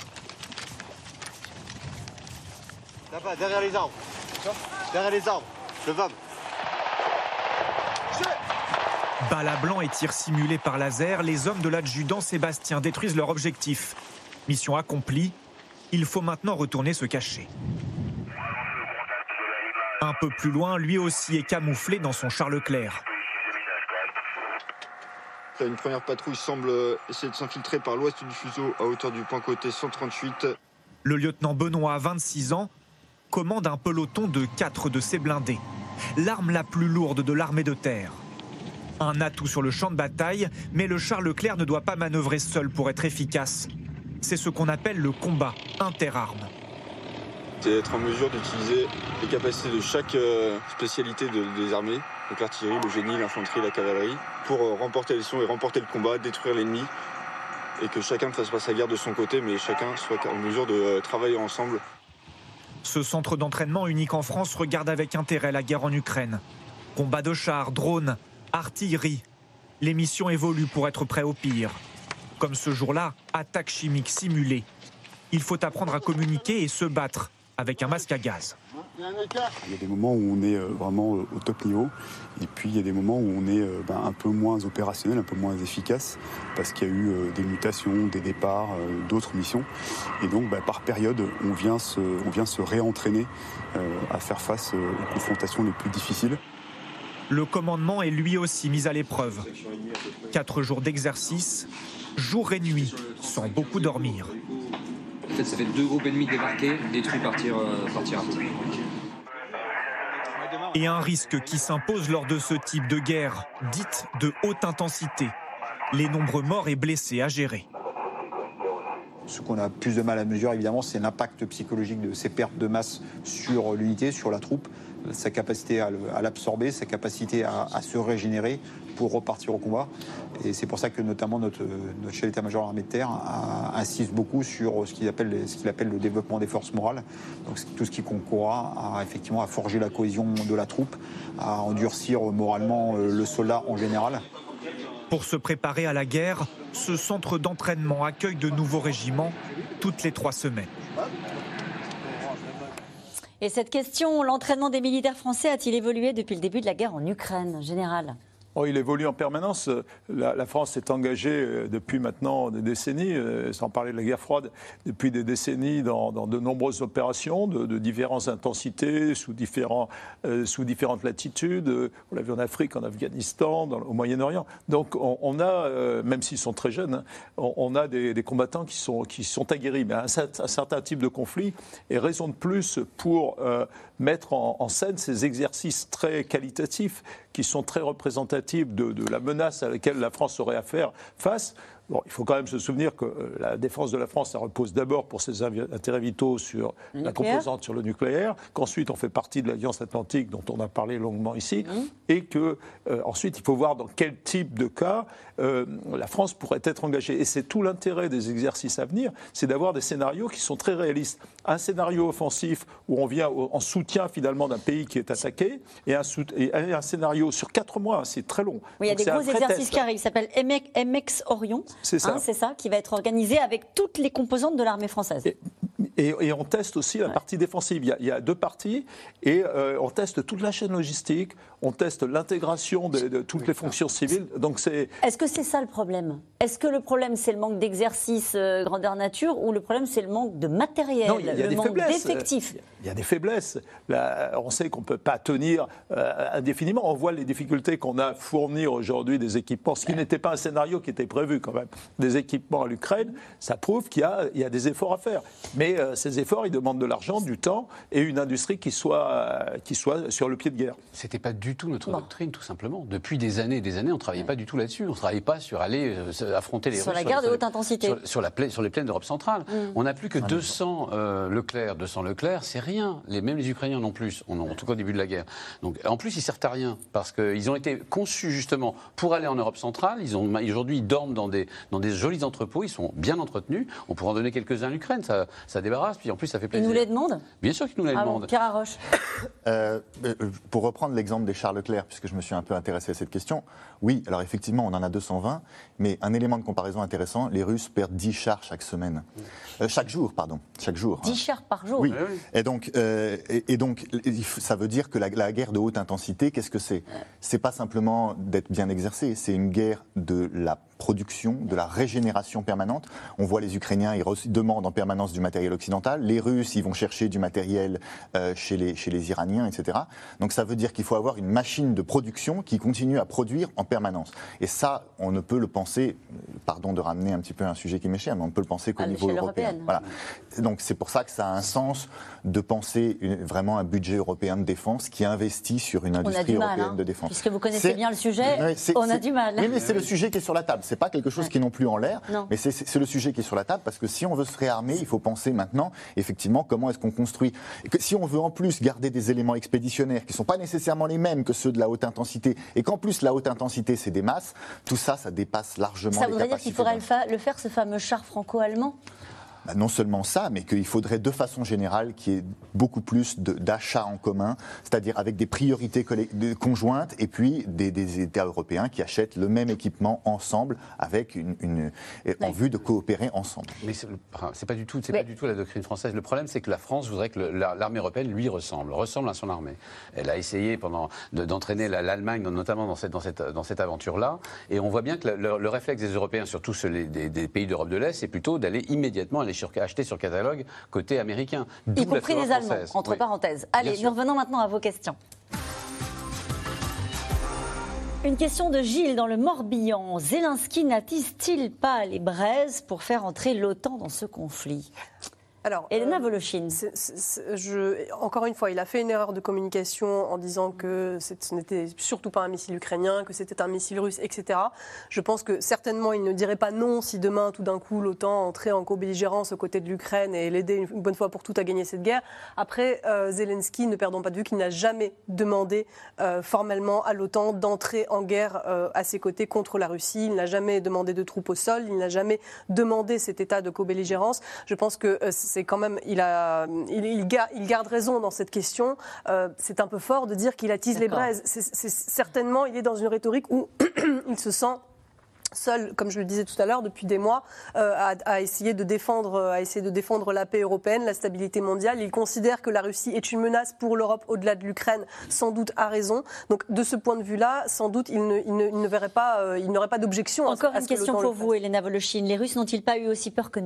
Là-bas, derrière les arbres. Derrière les arbres. Le V A M. Balles à blanc et tirs simulés par laser, les hommes de l'adjudant Sébastien détruisent leur objectif. Mission accomplie, il faut maintenant retourner se cacher. Un peu plus loin, lui aussi est camouflé dans son char Leclerc. Une première patrouille semble essayer de s'infiltrer par l'ouest du fuseau à hauteur du point côté cent trente-huit. Le lieutenant Benoît a vingt-six ans. commande un peloton de quatre de ces blindés, l'arme la plus lourde de l'armée de terre. Un atout sur le champ de bataille, mais le char Leclerc ne doit pas manœuvrer seul pour être efficace. C'est ce qu'on appelle le combat interarmes. C'est être en mesure d'utiliser les capacités de chaque euh, spécialité de, des armées, donc l'artillerie, le génie, l'infanterie, la cavalerie, pour euh, remporter les missions et remporter le combat, détruire l'ennemi, et que chacun ne fasse pas sa guerre de son côté, mais chacun soit en mesure de euh, travailler ensemble. Ce centre d'entraînement unique en France regarde avec intérêt la guerre en Ukraine. Combat de chars, drones, artillerie. Les missions évoluent pour être prêts au pire. Comme ce jour-là, attaque chimique simulée. Il faut apprendre à communiquer et se battre avec un masque à gaz. Il y a des moments où on est vraiment au top niveau, et puis il y a des moments où on est ben, un peu moins opérationnel, un peu moins efficace, parce qu'il y a eu des mutations, des départs, d'autres missions. Et donc ben, par période, on vient se, on vient se réentraîner euh, à faire face aux confrontations les plus difficiles. Le commandement est lui aussi mis à l'épreuve. Quatre jours d'exercice, jour et nuit, sans beaucoup dormir. En fait, ça fait deux groupes ennemis débarqués, détruits par tir, euh, par tir armé. Et un risque qui s'impose lors de ce type de guerre, dite de haute intensité. Les nombreux morts et blessés à gérer. Ce qu'on a plus de mal à mesurer, évidemment, c'est l'impact psychologique de ces pertes de masse sur l'unité, sur la troupe, sa capacité à l'absorber, sa capacité à, à se régénérer pour repartir au combat. Et c'est pour ça que notamment notre, notre chef d'état-major de l'armée de terre a, insiste beaucoup sur ce qu'il appelle, ce qu'il appelle le développement des forces morales. Donc tout ce qui concourra à, effectivement, à forger la cohésion de la troupe, à endurcir moralement le soldat en général. Pour se préparer à la guerre, ce centre d'entraînement accueille de nouveaux régiments toutes les trois semaines. Et cette question, l'entraînement des militaires français a-t-il évolué depuis le début de la guerre en Ukraine, général ? Oh, il évolue en permanence. La, la France s'est engagée depuis maintenant des décennies, sans parler de la guerre froide, depuis des décennies dans, dans de nombreuses opérations de, de différentes intensités, sous, différents, euh, sous différentes latitudes. On l'a vu en Afrique, en Afghanistan, dans, au Moyen-Orient. Donc on, on a, euh, même s'ils sont très jeunes, hein, on, on a des, des combattants qui sont, qui sont aguerris. Mais un, un certain type de conflit est raison de plus pour euh, mettre en, en scène ces exercices très qualitatifs qui sont très représentatifs de, de la menace à laquelle la France aurait à faire face. Bon, il faut quand même se souvenir que la défense de la France, ça repose d'abord pour ses intérêts vitaux sur le la nucléaire. composante sur le nucléaire, qu'ensuite on fait partie de l'Alliance Atlantique dont on a parlé longuement ici, mmh. et que euh, ensuite il faut voir dans quel type de cas euh, la France pourrait être engagée. Et c'est tout l'intérêt des exercices à venir, c'est d'avoir des scénarios qui sont très réalistes. Un scénario offensif où on vient en soutien finalement d'un pays qui est attaqué, et un, et un scénario sur quatre mois, c'est très long. Oui, il y a des gros exercices qui arrivent, qui s'appellent M X Orion. C'est ça. Hein, c'est ça, qui va être organisé avec toutes les composantes de l'armée française. Et, et, et on teste aussi la ouais. partie défensive. Il y a, il y a deux parties et euh, on teste toute la chaîne logistique, on teste l'intégration de, de toutes les fonctions civiles. Donc c'est... Est-ce que c'est ça le problème ? Est-ce que le problème c'est le manque d'exercice euh, grandeur nature ou le problème c'est le manque de matériel, non, il y a, il y a le des manque faiblesses. d'effectifs ? Il y a des faiblesses. Là, on sait qu'on ne peut pas tenir euh, indéfiniment. On voit les difficultés qu'on a à fournir aujourd'hui des équipements, ce qui ouais. n'était pas un scénario qui était prévu quand même. Des équipements à l'Ukraine, ça prouve qu'il y a, il y a des efforts à faire. Mais euh, ces efforts, ils demandent de l'argent, du temps et une industrie qui soit, euh, qui soit sur le pied de guerre. C'était pas du tout notre bon. doctrine, tout simplement. Depuis des années et des années, on ne travaillait ouais. pas du tout là-dessus. On ne travaillait pas sur aller euh, affronter les sur Russes. La guerre sur de haute intensité. Sur, sur, la pla- sur les plaines d'Europe centrale. Mmh. On n'a plus que deux cents euh, Leclerc. deux cents Leclerc, c'est rien. Les, même les Ukrainiens non plus, on, en tout cas au début de la guerre. Donc, en plus, ils ne servent à rien parce qu'ils ont été conçus justement pour aller en Europe centrale. Ils ont, aujourd'hui, ils dorment dans des, dans des jolis entrepôts. Ils sont bien entretenus. On pourrait en donner quelques-uns à l'Ukraine. Ça, ça débarrasse. Puis en plus, ça fait plaisir. Ils nous les demandent ? Bien sûr qu'ils nous les ah demandent. Bon, Pierre Haroche. euh, Pour reprendre l'exemple des chars Leclerc, puisque je me suis un peu intéressé à cette question, oui, alors effectivement, on en a deux cent vingt, mais un élément de comparaison intéressant, les Russes perdent dix chars chaque semaine. Euh, chaque jour, pardon. Chaque jour. dix hein. chars par jour. Oui. Et donc, euh, et, et donc, ça veut dire que la, la guerre de haute intensité, qu'est-ce que c'est ? C'est pas simplement d'être bien exercé, c'est une guerre de la production, de la régénération permanente. On voit les Ukrainiens, ils re- demandent en permanence du matériel occidental. Les Russes, ils vont chercher du matériel euh, chez, les, chez les Iraniens, et cetera. Donc ça veut dire qu'il faut avoir une machine de production qui continue à produire en permanence. Et ça, on ne peut le penser, pardon de ramener un petit peu un sujet qui m'est cher, mais on ne peut le penser qu'au à niveau européen. Voilà. Donc c'est pour ça que ça a un sens de penser une, vraiment un budget européen de défense qui investit sur une industrie mal, européenne hein, de défense. Puisque vous connaissez c'est, bien le sujet, ouais, c'est, on a c'est, du mal. Oui, mais c'est le sujet qui est sur la table. C'est pas quelque chose ouais. qui est non plus en l'air, non. mais c'est, c'est, c'est le sujet qui est sur la table parce que si on veut se réarmer, il faut penser maintenant, effectivement, comment est-ce qu'on construit. Et que si on veut en plus garder des éléments expéditionnaires qui ne sont pas nécessairement les mêmes que ceux de la haute intensité, et qu'en plus la haute intensité c'est des masses, tout ça, ça dépasse largement ça les capacités. Ça voudrait dire qu'il faudrait le, fa- le faire, ce fameux char franco-allemand ? Bah non seulement ça, mais qu'il faudrait de façon générale qu'il y ait beaucoup plus de, d'achats en commun, c'est-à-dire avec des priorités coll- conjointes et puis des, des États européens qui achètent le même équipement ensemble avec une, une, en ouais. vue de coopérer ensemble. Mais c'est, c'est, pas, du tout, c'est pas du tout la doctrine française. Le problème, c'est que la France voudrait que le, l'armée européenne lui ressemble, ressemble à son armée. Elle a essayé pendant, de, d'entraîner la, l'Allemagne, notamment dans cette, dans cette, dans cette aventure-là, et on voit bien que le, le, le réflexe des Européens, surtout ceux les, des, des pays d'Europe de l'Est, c'est plutôt d'aller immédiatement aller Sur, acheter sur catalogue côté américain. Y compris les Allemands, entre oui. parenthèses. Allez, nous revenons maintenant à vos questions. Une question de Gilles dans le Morbihan. Zelensky n'attise-t-il pas les braises pour faire entrer l'OTAN dans ce conflit ? Alors, Elena euh, Voloshin. C'est, c'est, je, encore une fois, il a fait une erreur de communication en disant que ce n'était surtout pas un missile ukrainien, que c'était un missile russe, et cetera. Je pense que certainement, il ne dirait pas non si demain, tout d'un coup, l'OTAN entrait en co-belligérance aux côtés de l'Ukraine et l'aider une bonne fois pour toutes à gagner cette guerre. Après, euh, Zelensky, ne perdons pas de vue qu'il n'a jamais demandé euh, formellement à l'OTAN d'entrer en guerre euh, à ses côtés contre la Russie. Il n'a jamais demandé de troupes au sol, il n'a jamais demandé cet état de co-belligérance. Je pense que euh, c'est quand même, il, a, il, il, garde, il garde raison dans cette question. Euh, c'est un peu fort de dire qu'il attise D'accord. les braises. C'est, c'est, certainement, il est dans une rhétorique où il se sent seul, comme je le disais tout à l'heure, depuis des mois, euh, à, à, essayer de défendre, à essayer de défendre la paix européenne, la stabilité mondiale. Il considère que la Russie est une menace pour l'Europe au-delà de l'Ukraine, sans doute à raison. Donc, de ce point de vue-là, sans doute, il, ne, il, ne, il ne verrait pas, euh, il n'aurait pas d'objection. Encore à, à une question pour vous, Elena Voloshin. Les Russes n'ont-ils pas eu aussi peur que nous ?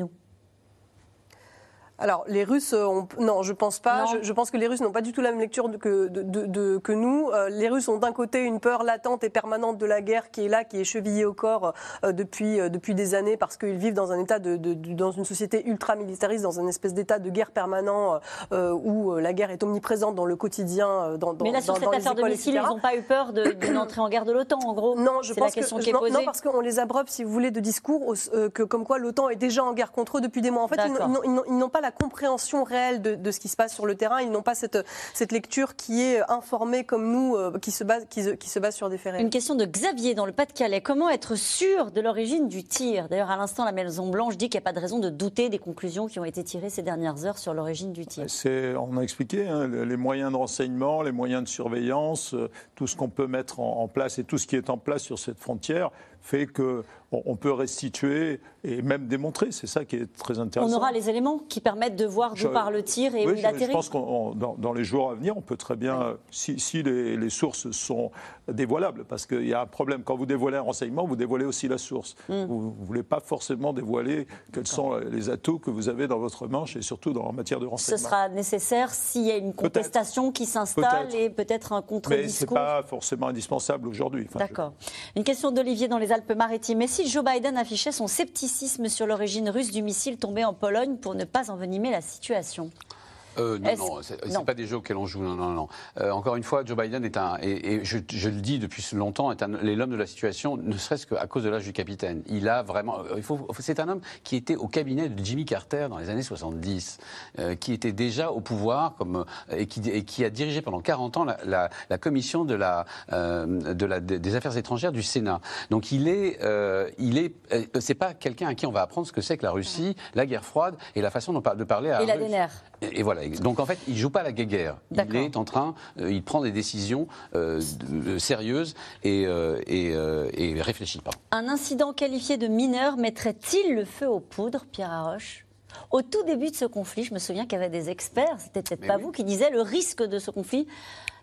Alors, les Russes, ont... non, je pense pas. Je, je pense que les Russes n'ont pas du tout la même lecture de, que, de, de, de, que nous. Euh, les Russes ont d'un côté une peur latente et permanente de la guerre qui est là, qui est chevillée au corps euh, depuis, euh, depuis des années, parce qu'ils vivent dans un état de, de, de, dans une société ultra-militariste, dans une espèce d'état de guerre permanent euh, où la guerre est omniprésente dans le quotidien. Dans, dans, Mais là, sur dans, cette dans affaire de missiles, ils n'ont pas eu peur de, d'une entrée en guerre de l'OTAN, en gros. Non, je c'est pense la question que, qui est posée. Non, parce qu'on les abreuve, si vous voulez, de discours euh, que, comme quoi l'OTAN est déjà en guerre contre eux depuis des mois. En fait, ils n'ont, ils, n'ont, ils n'ont pas la compréhension réelle de, de ce qui se passe sur le terrain. Ils n'ont pas cette, cette lecture qui est informée comme nous, euh, qui, se base, qui, qui se base sur des faits réels. Une question de Xavier dans le Pas-de-Calais. Comment être sûr de l'origine du tir ? D'ailleurs, à l'instant, la Maison-Blanche dit qu'il n'y a pas de raison de douter des conclusions qui ont été tirées ces dernières heures sur l'origine du tir. C'est, on a expliqué hein, les moyens de renseignement, les moyens de surveillance, euh, tout ce qu'on peut mettre en, en place et tout ce qui est en place sur cette frontière fait qu'on peut restituer et même démontrer. C'est ça qui est très intéressant. On aura les éléments qui permettent de voir d'où je, part le tir et oui, où il atterrit. Je pense que dans, dans les jours à venir, on peut très bien, oui. si, si les, les sources sont dévoilables, parce qu'il y a un problème, quand vous dévoilez un renseignement, vous dévoilez aussi la source. Mm. Vous ne voulez pas forcément dévoiler quels sont les atouts que vous avez dans votre manche et surtout dans, en matière de renseignement. Ce sera nécessaire s'il y a une contestation peut-être. qui s'installe peut-être. et peut-être un contre-discours. Mais ce n'est pas forcément indispensable aujourd'hui. Enfin, D'accord. Je... Une question d'Olivier dans les Alpes-Maritimes. Et si Joe Biden affichait son scepticisme sur l'origine russe du missile tombé en Pologne pour ne pas envenimer la situation ? Euh, non, non, c'est, c'est pas des jeux auxquels on joue. Non, non, non. Euh, encore une fois, Joe Biden est un, et, et je, je le dis depuis longtemps, est, un, est l'homme de la situation, ne serait-ce qu'à cause de l'âge du capitaine. Il a vraiment, il faut, c'est un homme qui était au cabinet de Jimmy Carter dans les années soixante-dix, euh, qui était déjà au pouvoir comme et qui, et qui a dirigé pendant quarante ans la, la, la commission de la, euh, de la des affaires étrangères du Sénat. Donc il est, euh, il est, euh, c'est pas quelqu'un à qui on va apprendre ce que c'est que la Russie, la guerre froide et la façon de parler à. Et la D N R. Et, et voilà. Donc en fait, il ne joue pas à la guéguerre. Il est en train, euh, il prend des décisions euh, de, sérieuses et, euh, et, euh, et réfléchit pas. Un incident qualifié de mineur mettrait-il le feu aux poudres, Pierre Haroche ? Au tout début de ce conflit, je me souviens qu'il y avait des experts, c'était peut-être Mais pas oui. vous, qui disaient le risque de ce conflit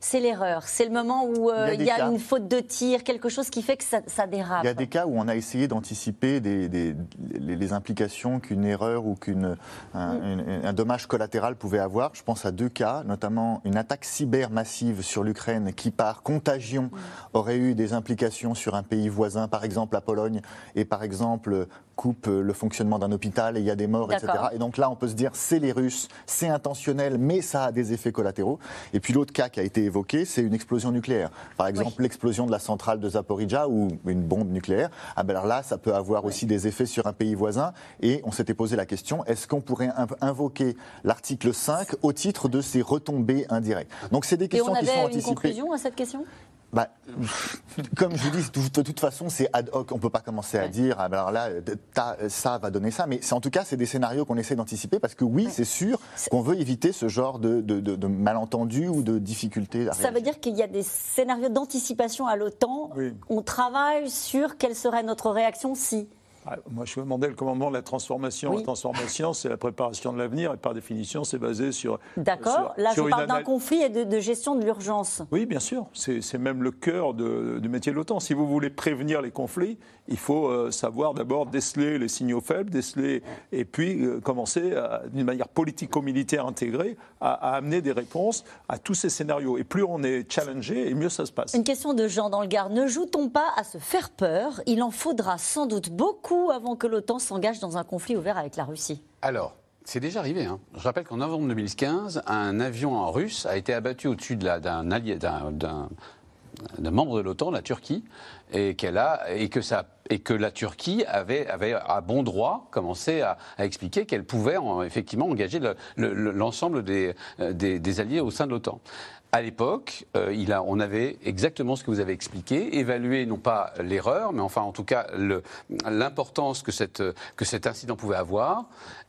c'est l'erreur. C'est le moment où euh, il y a, y a une faute de tir, quelque chose qui fait que ça, ça dérape. Il y a des cas où on a essayé d'anticiper des, des, les, les implications qu'une erreur ou qu'un un, mm. un dommage collatéral pouvait avoir. Je pense à deux cas, notamment une attaque cyber massive sur l'Ukraine qui, par contagion, mm. aurait eu des implications sur un pays voisin, par exemple la Pologne, et par exemple coupe le fonctionnement d'un hôpital et il y a des morts, et cetera. Et donc là, on peut se dire, c'est les Russes, c'est intentionnel, mais ça a des effets collatéraux. Et puis l'autre cas qui a été évoqué, c'est une explosion nucléaire. Par exemple, oui. l'explosion de la centrale de Zaporizhzhia ou une bombe nucléaire. Ah ben alors là, ça peut avoir oui. aussi des effets sur un pays voisin. Et on s'était posé la question, est-ce qu'on pourrait invoquer l'article cinq au titre de ces retombées indirectes? Donc c'est des questions qui sont anticipées. Et on avait une conclusion à cette question ? Bah, comme je vous dis, de toute façon, c'est ad hoc. On ne peut pas commencer à ouais. dire, alors là, ça va donner ça. Mais en tout cas, c'est des scénarios qu'on essaie d'anticiper parce que oui, ouais. c'est sûr qu'on veut éviter ce genre de, de, de, de malentendus ou de difficultés. À ça réagir. Veut dire qu'il y a des scénarios d'anticipation à l'OTAN. Oui. On travaille sur quelle serait notre réaction si... Ah, moi, je me demandais le commandement de la transformation. Oui. La transformation, c'est la préparation de l'avenir et par définition, c'est basé sur... D'accord. Là, sur je parle d'un conflit et de, de gestion de l'urgence. Oui, bien sûr. C'est même le cœur de, du métier de l'OTAN. Si vous voulez prévenir les conflits, il faut euh, savoir d'abord déceler les signaux faibles, déceler, et puis euh, commencer, d'une manière politico-militaire intégrée, à, à amener des réponses à tous ces scénarios. Et plus on est challengé, et mieux ça se passe. Une question de Jean dans le Gard. Ne joue-t-on pas à se faire peur? Il en faudra sans doute beaucoup avant que l'OTAN s'engage dans un conflit ouvert avec la Russie. Alors, c'est déjà arrivé. Hein. Je rappelle qu'en novembre deux mille quinze, un avion russe a été abattu au-dessus d'un allié, d'un, d'un, d'un membre de l'OTAN, la Turquie, et, qu'elle a, et, que, ça, et que la Turquie avait, avait à bon droit commencé à, à expliquer qu'elle pouvait en, effectivement engager le, le, l'ensemble des, des, des alliés au sein de l'OTAN. À l'époque, euh, il a, on avait exactement ce que vous avez expliqué, évalué non pas l'erreur, mais enfin en tout cas le, l'importance que, cette, que cet incident pouvait avoir.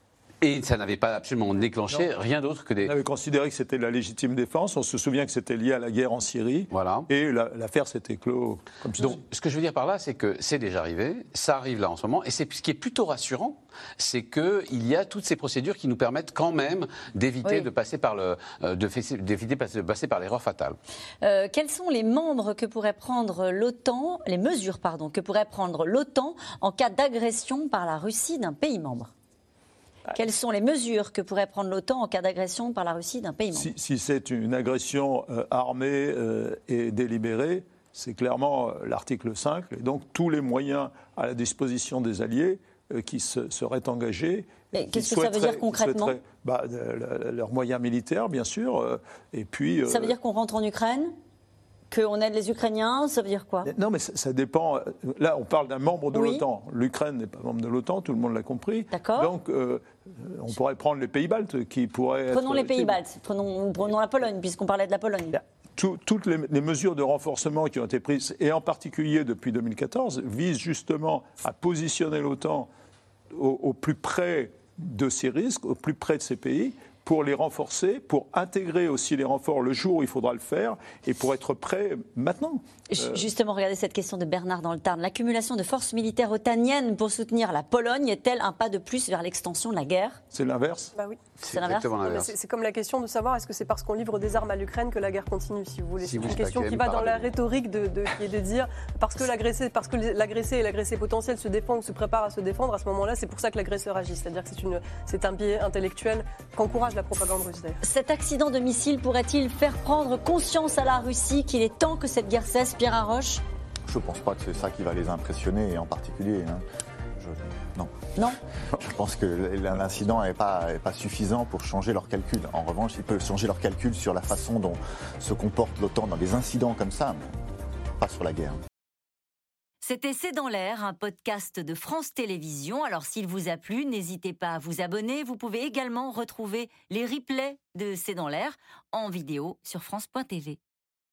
Et ça n'avait pas absolument déclenché non. rien d'autre que des... On avait considéré que c'était la légitime défense. On se souvient que c'était lié à la guerre en Syrie. Voilà. Et la, l'affaire s'était close comme ça. Donc, ce que je veux dire par là, c'est que c'est déjà arrivé. Ça arrive là en ce moment. Et c'est, ce qui est plutôt rassurant, c'est qu'il y a toutes ces procédures qui nous permettent quand même d'éviter oui. de passer par le, de, d'éviter de passer par l'erreur fatale. Euh, quels sont les membres que pourrait prendre l'OTAN, les mesures pardon, que pourrait prendre l'OTAN en cas d'agression par la Russie d'un pays membre ? Quelles sont les mesures que pourrait prendre l'OTAN en cas d'agression par la Russie d'un pays membre ? Si, si c'est une agression euh, armée euh, et délibérée, c'est clairement euh, l'article cinq, et donc tous les moyens à la disposition des alliés euh, qui se, seraient engagés. Mais qu'est-ce que ça veut dire concrètement ? bah, de, de, Leurs moyens militaires, bien sûr, euh, et puis... Euh, ça veut dire qu'on rentre en Ukraine ? Qu'on aide les Ukrainiens, ça veut dire quoi ? Non, mais ça, ça dépend. Là, on parle d'un membre de oui. l'OTAN. L'Ukraine n'est pas membre de l'OTAN, tout le monde l'a compris. D'accord. Donc, euh, on pourrait prendre les pays baltes qui pourraient Prenons être, les pays baltes, prenons, prenons la Pologne, puisqu'on parlait de la Pologne. Tout, toutes les, les mesures de renforcement qui ont été prises, et en particulier depuis deux mille quatorze, visent justement à positionner l'OTAN au, au plus près de ces risques, au plus près de ces pays, pour les renforcer, pour intégrer aussi les renforts le jour où il faudra le faire et pour être prêt maintenant. Euh... Justement, regardez cette question de Bernard dans le Tarn. L'accumulation de forces militaires otaniennes pour soutenir la Pologne est-elle un pas de plus vers l'extension de la guerre ? C'est l'inverse. Bah oui. C'est, c'est l'inverse. C'est, c'est comme la question de savoir est-ce que c'est parce qu'on livre des armes à l'Ukraine que la guerre continue, si vous voulez. Si c'est une question qui va dans la rhétorique de, de, qui est de dire parce que l'agressé, parce que l'agressé et l'agressé potentiel se défend ou se prépare à se défendre, à ce moment-là, c'est pour ça que l'agresseur agit. C'est-à-dire que c'est, une, c'est un biais intellectuel qu'encourage la propagande russe. Cet accident de missile pourrait-il faire prendre conscience à la Russie qu'il est temps que cette guerre cesse, Pierre Haroche ? Je ne pense pas que c'est ça qui va les impressionner, en particulier. Hein. Je... Non. Non. Je pense que l'incident n'est pas, est pas suffisant pour changer leurs calculs. En revanche, ils peuvent changer leurs calculs sur la façon dont se comporte l'OTAN dans des incidents comme ça, mais pas sur la guerre. C'était C'est dans l'air, un podcast de France Télévisions. Alors s'il vous a plu, n'hésitez pas à vous abonner. Vous pouvez également retrouver les replays de C'est dans l'air en vidéo sur France point T V.